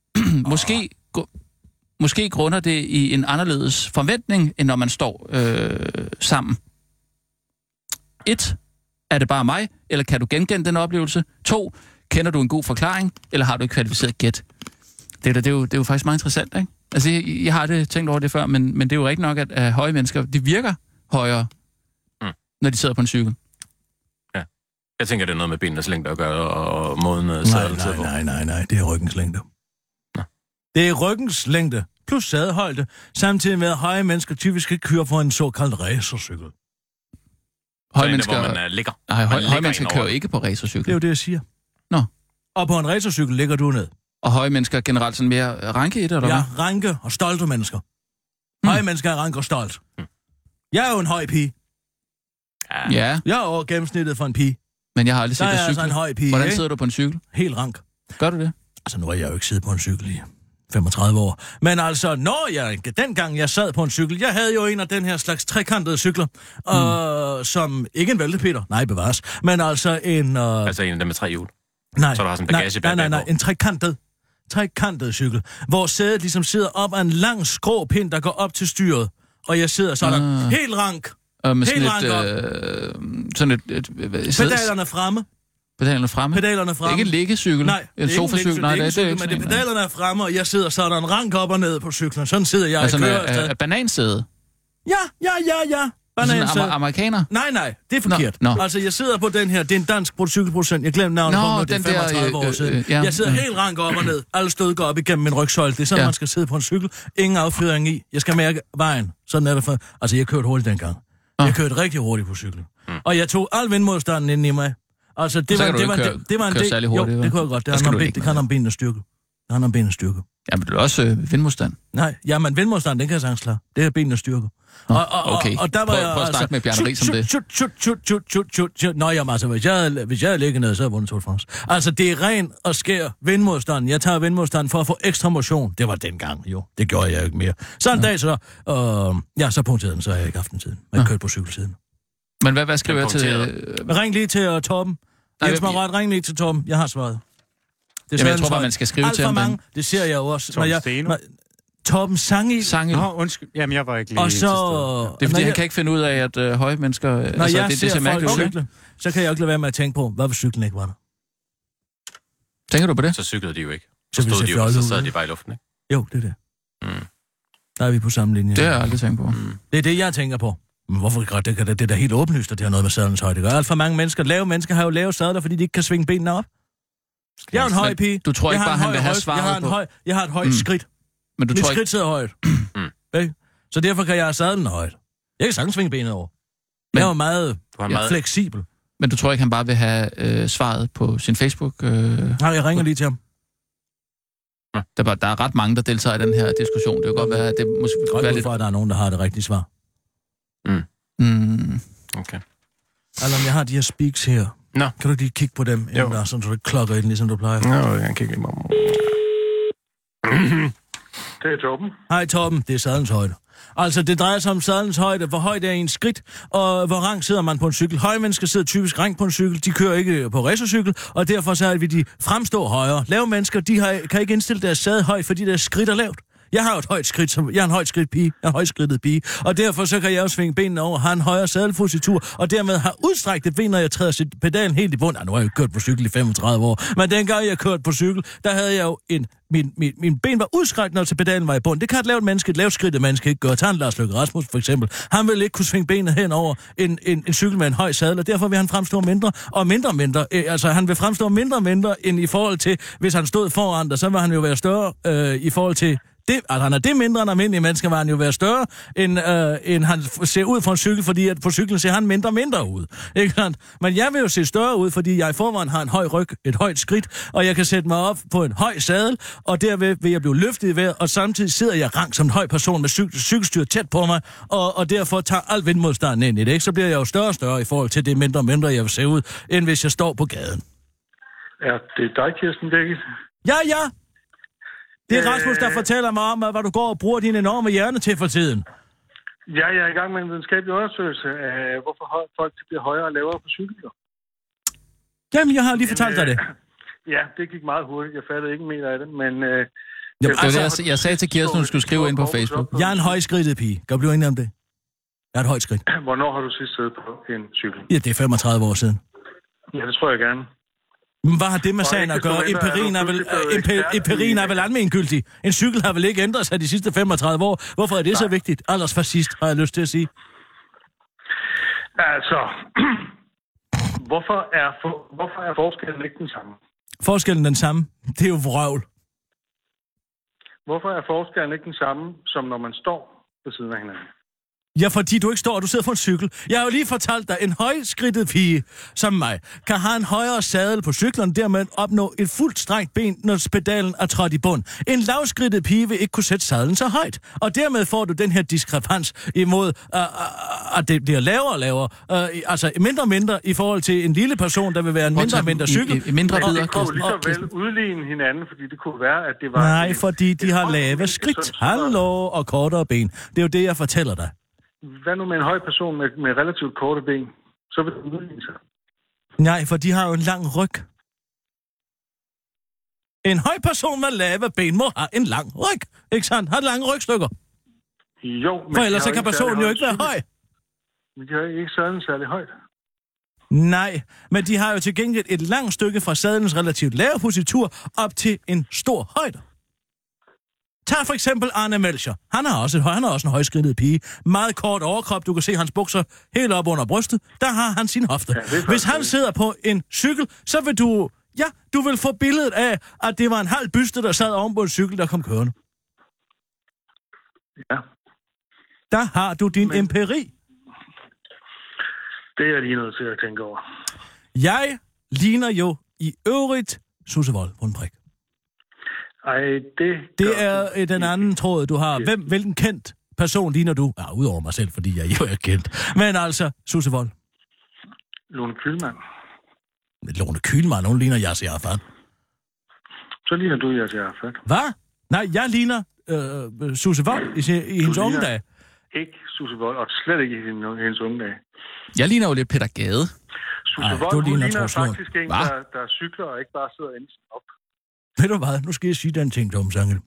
Måske grunder det i en anderledes forventning, end når man står sammen. 1. Er det bare mig, eller kan du genkende den oplevelse? 2. Kender du en god forklaring, eller har du et kvalificeret gæt? Det er jo faktisk meget interessant, ikke? Altså, jeg har det tænkt over det før, men det er jo rigtig nok, at høje mennesker, de virker højere, når de sidder på en cykel. Ja. Jeg tænker, det er noget med benenes længde at gøre, og måden sadlen sidder på. Nej, det er ryggens længde. Nå. Det er ryggens længde plus sædehøjde, samtidig med, at høje mennesker typisk ikke kører for en såkaldt racercykel. Høje mennesker, hvor man ligger. Nej, høje mennesker kører ikke på racercykel. Det er jo det, jeg siger. Nå. Og på en racercykel ligger du ned. Og høje mennesker er generelt sådan mere ranke i det, eller hvad? Ja, ranke og stolte mennesker. Høje mennesker er ranke og stolt. Jeg er jo en høj pige. Ja. Jeg er over gennemsnittet for en pige. Men jeg har aldrig set dig cykle. Altså en høj pige. Hvordan sidder du på en cykel? Helt rank. Gør du det? Altså, nu har jeg jo ikke siddet på en cykel i 35 år. Men altså, dengang jeg sad på en cykel, jeg havde jo en af den her slags trekantede cykler, som ikke en væltepeter, nej bevares, men altså en... Altså en af dem med 3 hjul? Nej, så der har sådan en bagage nej, en trekantet cykel, hvor sædet ligesom sidder op af en lang skråpind, der går op til styret, og jeg sidder sådan helt rank. Med sådan et pedalerne fremme. Pedalerne fremme? Det er ikke en liggecykel? Nej, en sofacykel? Nej, det er ikke men det pedalerne er fremme, og jeg sidder sådan rank op og ned på cyklen. Sådan sidder jeg altså i kører. Banansæde? Ja. Sådan amerikaner? Nej, det er forkert. Nå. Altså, jeg sidder på den her, det er en dansk cykelproducent, jeg glemte navnet på, det er 35 år siden. Jeg sidder helt rank op og ned, alle stød går op igennem min rygsøjle. Det er sådan, man skal sidde på en cykel. Ingen affyring i. Jeg skal mærke vejen. Sådan er det for... Altså, jeg kørte hurtigt dengang. Jeg kørte rigtig hurtigt på cyklen. Og jeg tog al vindmodstanden ind i mig. Altså, det var en del. Jo, det kunne jeg godt. Det kan om benene styrke. Ja, men det er også vindmodstand. Nej, men vindmodstand, den kan jeg sagtens klare. Det er benene styrke. Okay, og der var prøv at snakke med Bjarne Riis om det. Nå, jamen altså, hvis jeg havde ligget ned, så havde jeg vundet Tour de France. Altså, det er ren og skær vindmodstand. Jeg tager vindmodstand for at få ekstra motion. Det var dengang, jo. Det gjorde jeg jo ikke mere. Så en dag, så punkterede den, så har jeg ikke haft den tiden. Jeg kørte på cykelsiden. Men hvad skriver jeg til... Ring lige til Torben. Ring lige til Torben. Jeg har svaret. Jeg tror bare, man skal skrive til ham. Mange, det ser jeg jo også. Torben Sangil. Undskyld. Jamen, jeg var ikke lige... Og så... Det er fordi, han kan ikke finde ud af, at høje mennesker... Når jeg ser folk cykle, så kan jeg jo ikke lade være med at tænke på, hvad hvis cyklen ikke var der? Tænker du på det? Så cyklede de jo ikke. Så stod de jo, så sad de bare i luften, ikke? Jo, det er det. Der er vi på samme linje. Det har jeg aldrig tænkt på. Det er det, jeg tænker på. Men hvorfor det er da helt åbenlyst, at det har noget med sadelens højde. Det gør alt for mange mennesker. Lave mennesker har jo lave sadler, fordi de ikke kan svinge benene op. Jeg er en høj pige. Du tror ikke bare, han vil have svaret på... Jeg har et højt skridt. Men mit skridt sidder højt. Så derfor kan jeg have sadlen højt. Jeg kan sagtens svinge benet over. Men jeg er meget fleksibel. Men du tror ikke, han bare vil have svaret på sin Facebook? Nej, jeg ringer lige til ham. Der er ret mange, der deltager i den her diskussion. Det kan godt være, at det måske være lidt... for, at der er nogen, der har det rigtige svar. Okay. Eller om jeg har de her speaks her. Nå. Kan du lige kigge på dem, inden der, så du ikke klokker i den, ligesom du plejer? Nå, jeg kan kigge i morgen. Det er Torben. Hej Torben, det er sadelens højde. Altså, det drejer sig om sadelens højde. Hvor højt er en skridt, og hvor rank sidder man på en cykel? Høje mennesker sidder typisk rank på en cykel. De kører ikke på racercykel, og derfor så vil de fremstå højere. Lave mennesker, kan ikke indstille deres sæde højt, fordi deres skridt er lavt. Jeg har jo et højt skridt, jeg er en højt pige, og derfor så kan jeg også svinge benene over, har en højere sadelpositur, og dermed har udstrækte ben, når jeg træder pedalen helt i bund. Nu har jeg jo kørt på cykel i 35 år, men dengang jeg kørte på cykel, der havde jeg jo min ben var udstrækt, når til pedalen var i bund. Det kan et lavt skridtet menneske ikke gøre. Tag en Lars Løkke Rasmussen for eksempel. Han ville ikke kunne svinge benene hen over en cykel med en høj sadel, og derfor vil han fremstå mindre og mindre. Altså han vil fremstå mindre end i forhold til, hvis han stod foran dig, så vil han jo være større i forhold til det, altså han er det mindre end almindelige mennesker, var han jo være større, end han ser ud fra en cykel, fordi at på cyklen ser han mindre ud. Ikke sant? Men jeg vil jo se større ud, fordi jeg i forvejen har en høj ryg, et højt skridt, og jeg kan sætte mig op på en høj sadel, og derved vil jeg blive løftet i vejret, og samtidig sidder jeg rank som en høj person med cykelstyr tæt på mig, og derfor tager al vindmodstanden ind i det. Ikke? Så bliver jeg jo større og større i forhold til det mindre, jeg vil se ud, end hvis jeg står på gaden. Ja, det er dig, Kirsten Birgit. Ja. Det er Rasmus, der fortæller mig om, hvad du går og bruger din enorme hjerne til for tiden. Ja, jeg er i gang med en videnskabelig undersøgelse af, hvorfor folk bliver højere og lavere på cykler. Jamen, jeg har lige fortalt dig det. Ja, det gik meget hurtigt. Jeg fattede ikke en meter af det, men... jeg sagde til Kirsten, hun skulle skrive ind på Facebook. Jeg er en højskridtet pige. Kan du blive enig om det? er et højt skridt. Hvornår har du sidst siddet på en cykel? Ja, det er 35 år siden. Ja, det tror jeg gerne. Men hvad har det med sagen at gøre? Empirien er vel almengyldig. En cykel har vel ikke ændret sig de sidste 35 år. Hvorfor er det så vigtigt? Aldersfascist, har jeg lyst til at sige. Altså, hvorfor er forskellen ikke den samme? Forskellen den samme? Det er jo vrøvl. Hvorfor er forskellen ikke den samme, som når man står ved siden af hinanden? Ja, fordi du ikke står, og du sidder på en cykel. Jeg har jo lige fortalt dig, en højskridtet pige som mig kan have en højere sadel på cyklen, og dermed opnå et fuldt strengt ben, når pedalen er trådt i bund. En lavskridtet pige vil ikke kunne sætte sadlen så højt, og dermed får du den her diskrepans imod, at det bliver lavere og lavere. Altså mindre og mindre i forhold til en lille person, der vil være en mindre og mindre cykel. Mindre videre, det kunne lige så vel udligne hinanden, fordi det kunne være, at det var... Nej, fordi de har lave skridt, hallo, og kortere ben. Det er jo det, jeg fortæller dig. Hvad nu med en høj person med relativt korte ben? Så vil det udligne sig. Nej, for de har jo en lang ryg. En høj person med lave ben må have en lang ryg. Ikke sandt? Har lange rygstykker. Jo, men... For ellers så kan personen jo ikke være høj. Men de har ikke sadlen særlig højt. Nej, men de har jo til gengæld et langt stykke fra sadelens relativt lave positur op til en stor højde. Tag for eksempel Arne Melcher. Han har også en højskridtet pige. Meget kort overkrop. Du kan se hans bukser helt op under brystet. Der har han sin hofte. Ja, hvis han sidder på en cykel, så vil du... Ja, du vil få billedet af, at det var en halv byste, der sad oven på en cykel, der kom kørende. Ja. Der har du din empiri. Det er jeg lige nødt til at tænke over. Jeg ligner jo i øvrigt Sussevold på en prik. Ej, det er den anden tråd, du har. Hvilken kendt person ligner du? Ja, udover mig selv, fordi jeg jo er kendt. Men altså, Sussevold. Lone Kühlmann. Lone Kühlmann, hun ligner Yasser Arafat. Så ligner du Yasser Arafat. Hvad? Nej, jeg ligner Sussevold i hendes unge dage. Ikke Sussevold, og slet ikke i hendes unge dage. Jeg ligner jo lidt Peter Gade. Sussevold, hun ligner faktisk en, der cykler og ikke bare sidder inde op. Ved du hvad? Nu skal jeg sige den ting, Tom Sangel.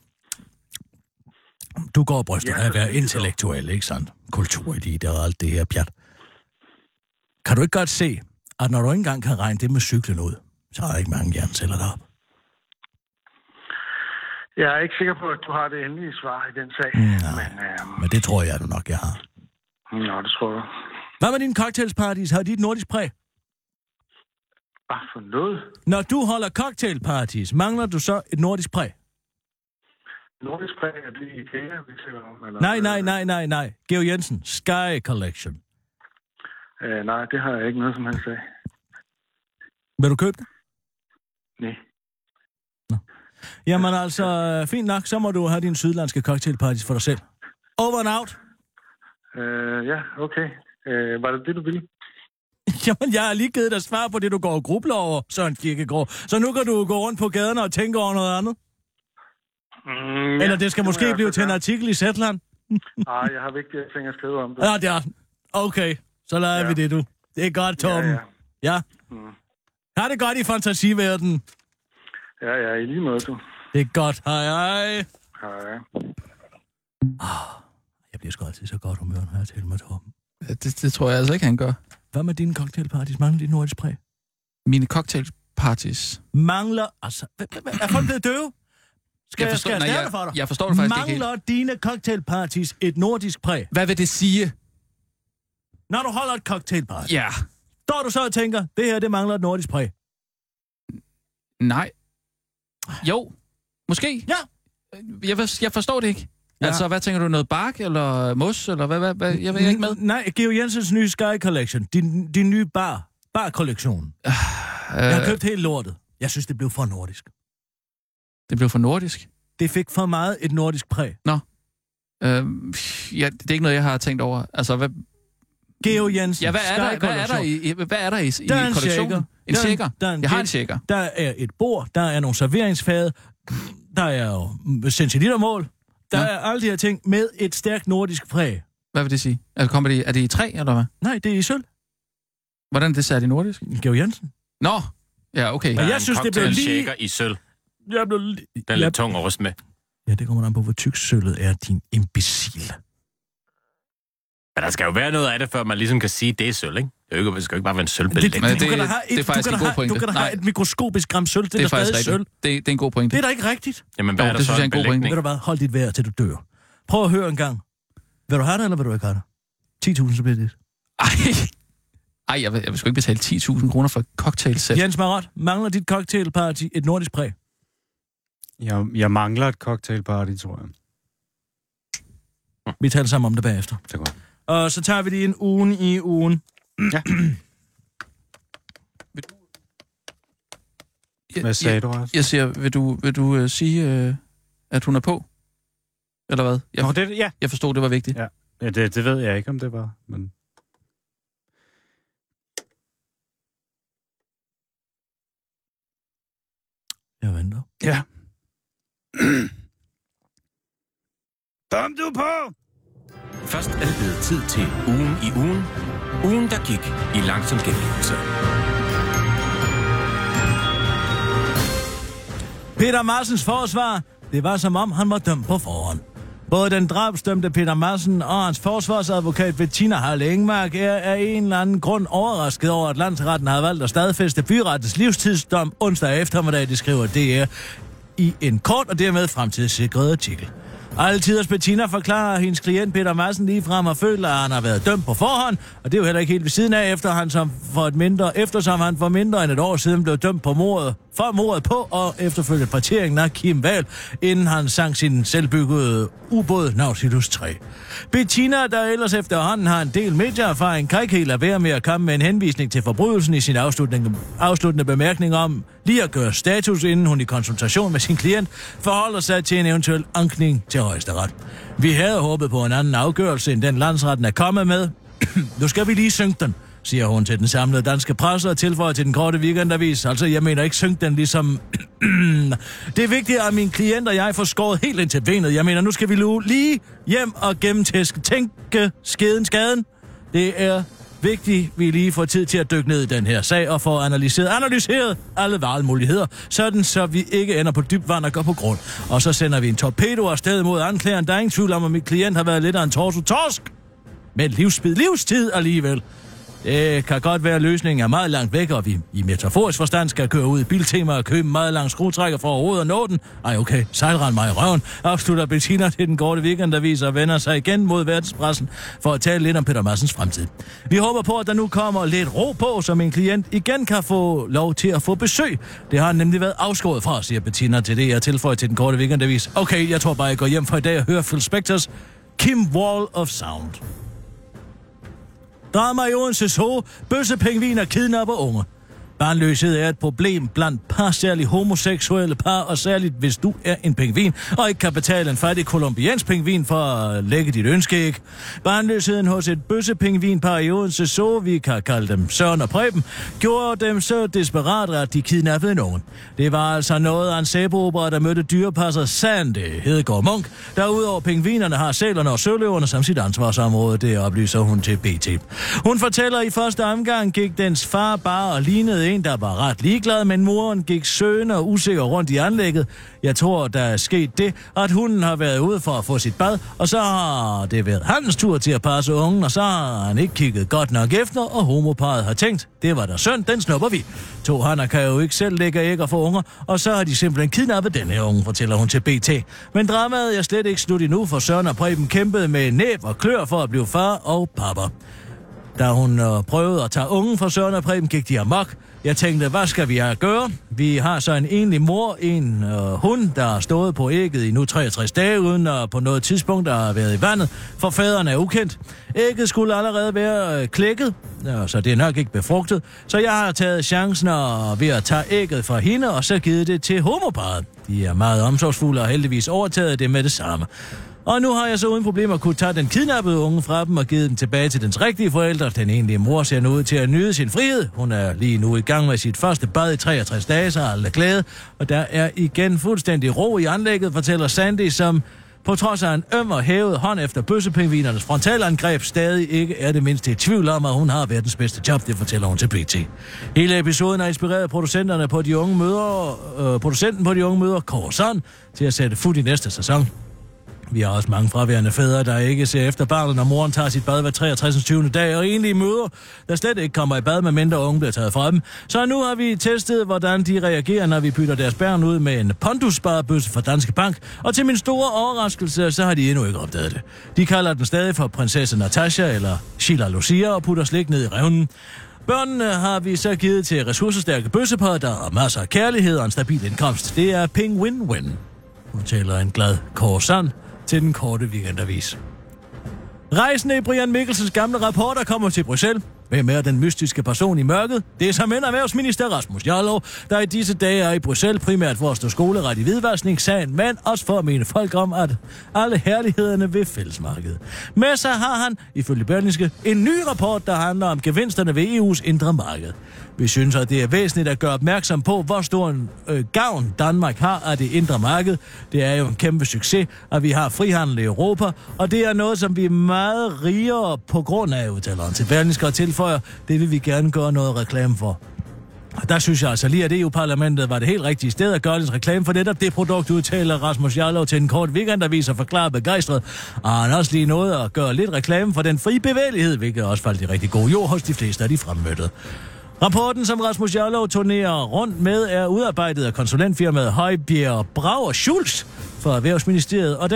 Du går og bryster af at være intellektuel, ikke sandt? Kulturelite og alt det her pjat. Kan du ikke godt se, at når du ikke engang kan regne det med cyklen ud, så er der ikke mange hjerneceller deroppe? Jeg er ikke sikker på, at du har det endelige svar i den sag. Nej, men det tror jeg nok, jeg har. Nå, det tror jeg. Hvad med dine cocktailsparties? Har de et nordisk præg? Hvad for noget? Når du holder cocktailparties, mangler du så et nordisk præg? Nordisk præg er det IKEA, vi taler om? Eller... Nej. Georg Jensen, Sky Collection. Nej, det har jeg ikke noget som helst af. Vil du købe det? Nej. Nå. Jamen altså, fint nok, så må du have dine sydlandske cocktailparties for dig selv. Over and out. Ja, okay. Var det det, du ville? Jamen, jeg har lige givet dig svar på det, du går og grubler over, Søren Kierkegaard. Så nu kan du gå rundt på gaderne og tænke over noget andet. Eller det skal måske blive til en artikel i Zetland. Nej, jeg har vigtige ting at skrive om det. Ja, det er. Okay, så lader vi det, du. Det er godt, Torben. Ja. Har det godt i fantasiverdenen. Ja, i lige måde, du. Det er godt. Hej. Hej. Jeg bliver sgu altid så godt humør, når jeg taler med Torben. Ja, det tror jeg altså ikke, han gør. Hvad med dine cocktailparties? Mangler de nordisk præg? Mine cocktailparties? Mangler... Altså, er folk blevet døve? Jeg forstår det faktisk ikke helt. Mangler dine cocktailparties et nordisk præg? Hvad vil det sige? Når du holder et cocktailparty. Ja. Står du så og tænker, det her, det mangler et nordisk præg? Nej. Jo. Måske. Ja. Jeg forstår det ikke. Ja. Altså, hvad tænker du? Noget bark eller mos? Eller hvad? Jeg ved ikke med. Nej, Georg Jensens nye Sky Collection. Din nye bar-kollektion. Jeg har købt helt lortet. Jeg synes, det blev for nordisk. Det blev for nordisk? Det fik for meget et nordisk præg. Nå. Ja, det er ikke noget, jeg har tænkt over. Altså, hvad... Georg Jensen, ja, hvad er der i kollektionen? En shaker? Jeg har en shaker. Der er et bord, der er nogle serveringsfade, der er jo centilitermål, der er alle de her ting med et stærkt nordisk præg. Hvad vil det sige? Altså, er det i træ, eller hvad? Nej, det er i sølv. Hvordan er det sat i nordisk? Georg Jensen. Nå, ja, okay. Der er jeg synes, det blev lige... shaker i sølv. Den er lidt tung at ryste med. Ja, det kommer an på, hvor tyk sølvet er, din imbecil. Men der skal jo være noget af det, før man ligesom kan sige, det er sølv, ikke? Det skal jo ikke bare være en sølvbelægning. Det er faktisk en god pointe. Du kan da have et mikroskopisk gram sølv, det er stadig sølv. Det er en god pointe. Det er da ikke rigtigt. Jamen, hvad er der så en belægning? Ved du hvad, hold dit vejr, til du dør. Prøv at høre en gang. Vil du have det, eller vil du ikke have det? 10.000, så bliver det. Ej, jeg vil sgu ikke betale 10.000 kroner for et cocktailsæt. Jens Marot, mangler dit cocktailparty et nordisk præg? Jeg mangler et cocktailparty, tror jeg. Vi taler sammen om det bagefter. Det er godt. Og så tager vi lige en ugen i ugen. Ja. Hvad sagde du, Rasmus? Jeg siger, vil du sige, at hun er på? Eller hvad? Jeg forstod, det var vigtigt. Ja, det ved jeg ikke, om det var, men... Jeg venter. Ja. Kom du på! Først er det blevet tid til ugen i ugen. Ugen, der gik i langsom gengivelse. Peter Madsens forsvar, det var som om han var dømt på forhånd. Både den drabsdømte Peter Madsen og hans forsvarsadvokat Bettina Harle Engmark er af en eller anden grund overrasket over, at landsretten har valgt at stadfæste byrettens livstidsdom onsdag eftermiddag, det skriver DR i en kort og dermed fremtidssikret artikel. Altiders Bettina forklarer, at hendes klient Peter Madsen ligefrem har følt, at han har været dømt på forhånd, og det er jo heller ikke helt ved siden af, eftersom han for mindre end et år siden blev dømt på mordet på og efterfølgende parteringen af Kim Wahl, inden han sang sin selvbyggede ubåd Nautilus 3. Bettina, der ellers efterhånden har en del medieerfaring, kan ikke helt lade være med at komme med en henvisning til forbrydelsen i sin afsluttende bemærkning om lige at gøre status, inden hun i konsultation med sin klient forholder sig til en eventuel ankning til Højesteret. Vi havde håbet på en anden afgørelse, end den landsretten er kommet med. Nu skal vi lige synge den, siger hun til den samlede danske presse og tilføjer til den korte weekendavis. Altså, jeg mener ikke synge den ligesom... Det er vigtigt, at min klient og jeg får skåret helt ind til benet. Jeg mener, nu skal vi lige hjem og tænke skaden. Det er vigtigt, vi lige får tid til at dykke ned i den her sag og få analyseret alle valgmuligheder, sådan så vi ikke ender på dybt vand og går på grund. Og så sender vi en torpedo afsted mod anklageren. Der er ingen tvivl om, at min klient har været lidt af en torsk. Men livstid alligevel. Det kan godt være, at løsningen er meget langt væk, og vi i metaforisk forstand skal køre ud i Biltema og købe en meget lang skruetrækker for overhovedet at nå den. Ej okay, sejlrand mig i røven, afslutter Bettina til den korte weekendavis og vender sig igen mod verdenspressen for at tale lidt om Peter Madsens fremtid. Vi håber på, at der nu kommer lidt ro på, så min klient igen kan få lov til at få besøg. Det har han nemlig været afskåret fra, siger Bettina til det, jeg tilføjer til den korte weekendavis. Okay, jeg tror bare, jeg går hjem for i dag og hører Phil Spectors Kim Wall of Sound. Drama i Odense Zoo, bøssepingviner kidnapper unge. Barnløshed er et problem blandt par, særligt homoseksuelle par, og særligt hvis du er en pingvin, og ikke kan betale en fattig kolumbiansk pingvin for at lægge dit ønskeæg. Barnløsheden hos et bøssepingvinpar i Odense Zoo, vi kan kalde dem Søren og Preben, gjorde dem så desperat, at de kidnappede en unge. Det var altså noget af en sæbeopera, der mødte dyrepasser Sande Hedegaard Munk, der udover pingvinerne har sælerne og søløverne som sit ansvarsområde, det oplyser hun til BT. Hun fortæller, i første omgang gik dens far bare og lignede en, der var ret ligeglad, men moren gik søgende og usikker rundt i anlægget. Jeg tror, der er sket det, at hunden har været ude for at få sit bad, og så har det været hans tur til at passe ungen, og så har han ikke kigget godt nok efter, og homoparet har tænkt, det var der synd, den snupper vi. To hanner kan jo ikke selv lægge æg og få unger, og så har de simpelthen kidnappet den her unge, fortæller hun til BT. Men dramaet er slet ikke slut endnu, for Søren og Preben kæmpede med næb og klør for at blive far og papa. Da hun prøvede at tage ungen fra Søren og Preben, gik de amok. Jeg tænkte, hvad skal vi gøre? Vi har så en enlig mor, en hund, der har stået på ægget i nu 63 dage, uden at på noget tidspunkt har været i vandet, for faderen er ukendt. Ægget skulle allerede være klækket, så det er nok ikke befrugtet, så jeg har taget chancen ved at tage ægget fra hende, og så givet det til homoparet. De er meget omsorgsfulde og heldigvis overtaget det med det samme. Og nu har jeg så uden problemer kunne tage den kidnappede unge fra dem og givet den tilbage til dens rigtige forældre. Den egentlige mor ser nu ud til at nyde sin frihed. Hun er lige nu i gang med sit første bad i 63 dage, så alt er glæde. Og der er igen fuldstændig ro i anlægget, fortæller Sandy, som på trods af en øm og hævet hånd efter bøssepingvinernes frontalangreb stadig ikke er det mindste i tvivl om, at hun har verdens bedste job, det fortæller hun til BT. Hele episoden har inspireret producenten på de unge møder Kåre Sand til at sætte fod i næste sæson. Vi har også mange fraværende fædre, der ikke ser efter barnet, når moren tager sit bad hver 63. 20. dag, og enlige mødre, der slet ikke kommer i bad, med mindre unge bliver taget fra dem. Så nu har vi testet, hvordan de reagerer, når vi bytter deres børn ud med en pondus-sparebøsse fra Danske Bank, og til min store overraskelse, så har de endnu ikke opdaget det. De kalder den stadig for prinsesse Natasha eller Sheila Lucia og putter slik ned i revnen. Børnene har vi så givet til ressourcestærke bøssepar, der har masser af kærlighed og en stabil indkomst. Det er ping win-win, fortæller en glad Kåre Sand til den korte weekendavis. Rejsende i Brian Mikkelsens gamle rapporter kommer til Bruxelles. Hvem er den mystiske person i mørket? Det er såmænd erhvervsminister Rasmus Jarlov, der i disse dage er i Bruxelles primært for at stå skoleret i hvidvaskningssagen, men også for at mene folk om, at alle herlighederne ved fællesmarkedet. Med sig har han, ifølge Berlingske, en ny rapport, der handler om gevinsterne ved EU's indre marked. Vi synes, at det er væsentligt at gøre opmærksom på, hvor stor en gavn Danmark har af det indre marked. Det er jo en kæmpe succes, at vi har frihandel i Europa, og det er noget, som vi er meget rigere på grund af, udtaler han til Berlingske og tilføjer. Det vil vi gerne gøre noget reklame for. Og der synes jeg altså lige, at EU-parlamentet var det helt rigtige sted at gøre lidt reklame for netop det produkt, udtaler Rasmus Jarlov til en kort weekendavis og forklarer begejstret. Og han også lige noget at gøre lidt reklame for den frie bevægelighed, hvilket også faldt i rigtig god jord hos de fleste af de fremmødte. Rapporten, som Rasmus Jarlov turnerer rundt med, er udarbejdet af konsulentfirmaet Højbjerg Brager Schulz for Erhvervsministeriet, og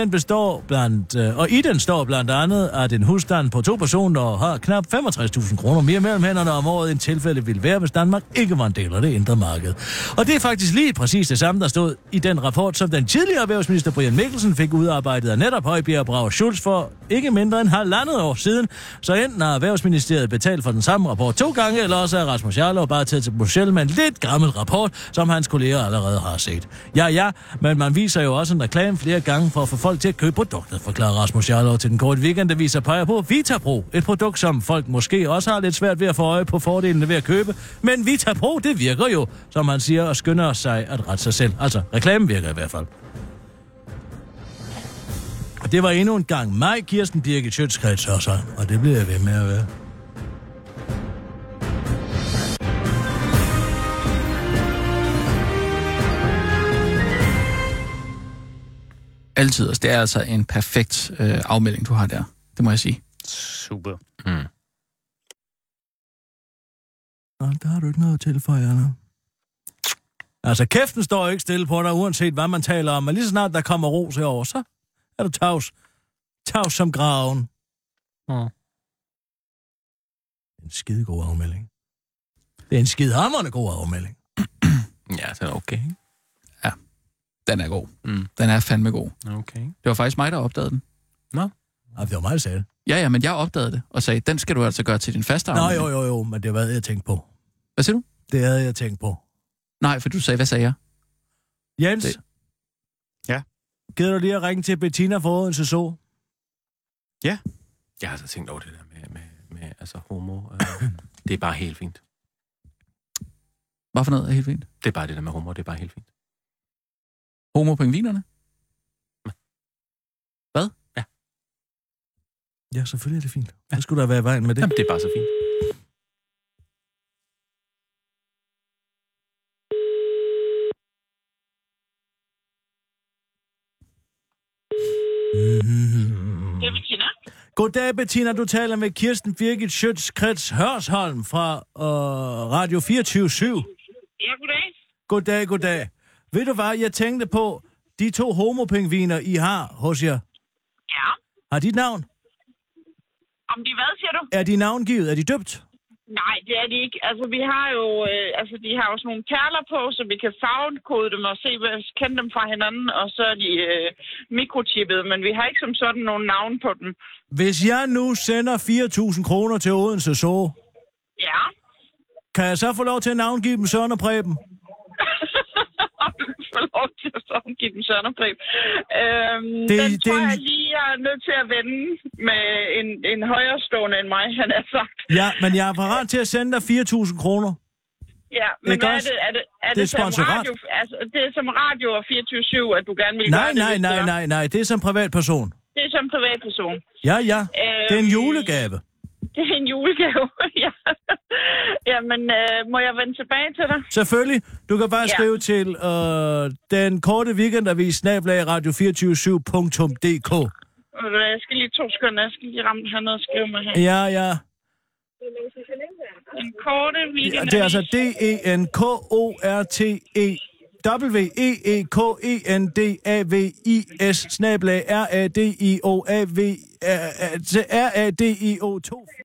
i den står blandt andet, at en husstand på 2 personer har knap 65.000 kroner mere mellem hænderne om året, end tilfældet ville være, hvis Danmark ikke var en del af det indre marked. Og det er faktisk lige præcis det samme, der stod i den rapport, som den tidligere erhvervsminister Brian Mikkelsen fik udarbejdet af netop Højbjerg Brager Schulz for ikke mindre end 1,5 år siden. Så enten har Erhvervsministeriet betalt for den samme rapport 2 gange, eller også er Rasmus Jarlov bare taget til Bruxelles med en lidt gammel rapport, som hans kolleger allerede har set. Ja, men man viser jo også en reklame flere gange for at få folk til at købe produktet, forklarer Rasmus Jarlov til den korte weekendavis og peger på VitaPro, et produkt, som folk måske også har lidt svært ved at få øje på fordelene ved at købe. Men VitaPro, det virker jo, som han siger, og skynder sig at rette sig selv. Altså, reklamen virker i hvert fald. Og det var endnu en gang mig, Kirsten Birgit Schøtz-Krets også, og det bliver jeg ved med at være. Altid. Det er altså en perfekt afmelding, du har der. Det må jeg sige. Super. Der har du ikke noget at tilføje, Anna. Altså, kæften står ikke stille på dig, uanset hvad man taler om. Men lige så snart der kommer ros herover, så er du tavs. Tavs som graven. En skidegod afmelding. Det er en skidhamrende god afmelding. Ja, den er okay. Ja, den er god. Den er fandme god. Okay. Det var faktisk mig, der opdagede den. Nå. Ja, det var mig, der sagde det. Ja, men jeg opdagede det og sagde, den skal du altså gøre til din faste afmelding. Jo, men det var det, jeg tænkte på. Hvad siger du? Det havde jeg tænkt på. Nej, for du sagde, hvad sagde jeg? Jens? Det. Ja? Gider du lige at ringe til Bettina for Odense så? Ja. Jeg har altså tænkt over det der med altså homo. Det er bare helt fint. Hvad for noget er helt fint? Det er bare det der med homo, det er bare helt fint. Homo-pingvinerne? Hvad? Ja. Ja, selvfølgelig er det fint. Hvad skulle der være i vejen med det? Jamen, det er bare så fint. Det er Bettina. Goddag, Bettina. Du taler med Kirsten Birgit Schøtz-Krets Hørsholm fra Radio 24/7. Ja, goddag. Goddag. Ved du hvad, jeg tænkte på, de 2 homopingviner, I har hos jer. Ja. Har de et navn? Om de hvad, siger du? Er de navngivet? Er de døbt? Nej, det er de ikke. Altså, vi har jo, de har jo sådan nogle perler på, så vi kan farvekode dem og kende dem fra hinanden, og så er de mikrochippet, men vi har ikke som sådan nogle navn på dem. Hvis jeg nu sender 4.000 kroner til Odense så, ja. Kan jeg så få lov til at navngive dem Søren og Preben? Du kan få lov til at navngive dem Søren og Preben. Den tror jeg lige, jeg er nødt til at vende med en højrestående end mig, han har sagt. Ja, men jeg er parat til at sende dig 4.000 kroner. Ja, men hvad er det som radio? Altså, det er som radio og 24/7, at du gerne vil gøre det? Nej, det er som privatperson. Det er som privatperson. Ja, det er en julegave. Det er en julegave, ja. Jamen, må jeg vende tilbage til dig? Selvfølgelig. Du kan bare skrive til den korte weekendavis @radio247.dk. Jeg skal lige 2 sekunder. Jeg skal lige ramme hernede og skrive mig her. Ja. Den korte weekendavis. Det er altså DENKORTEEKENDAVIS @RADIO2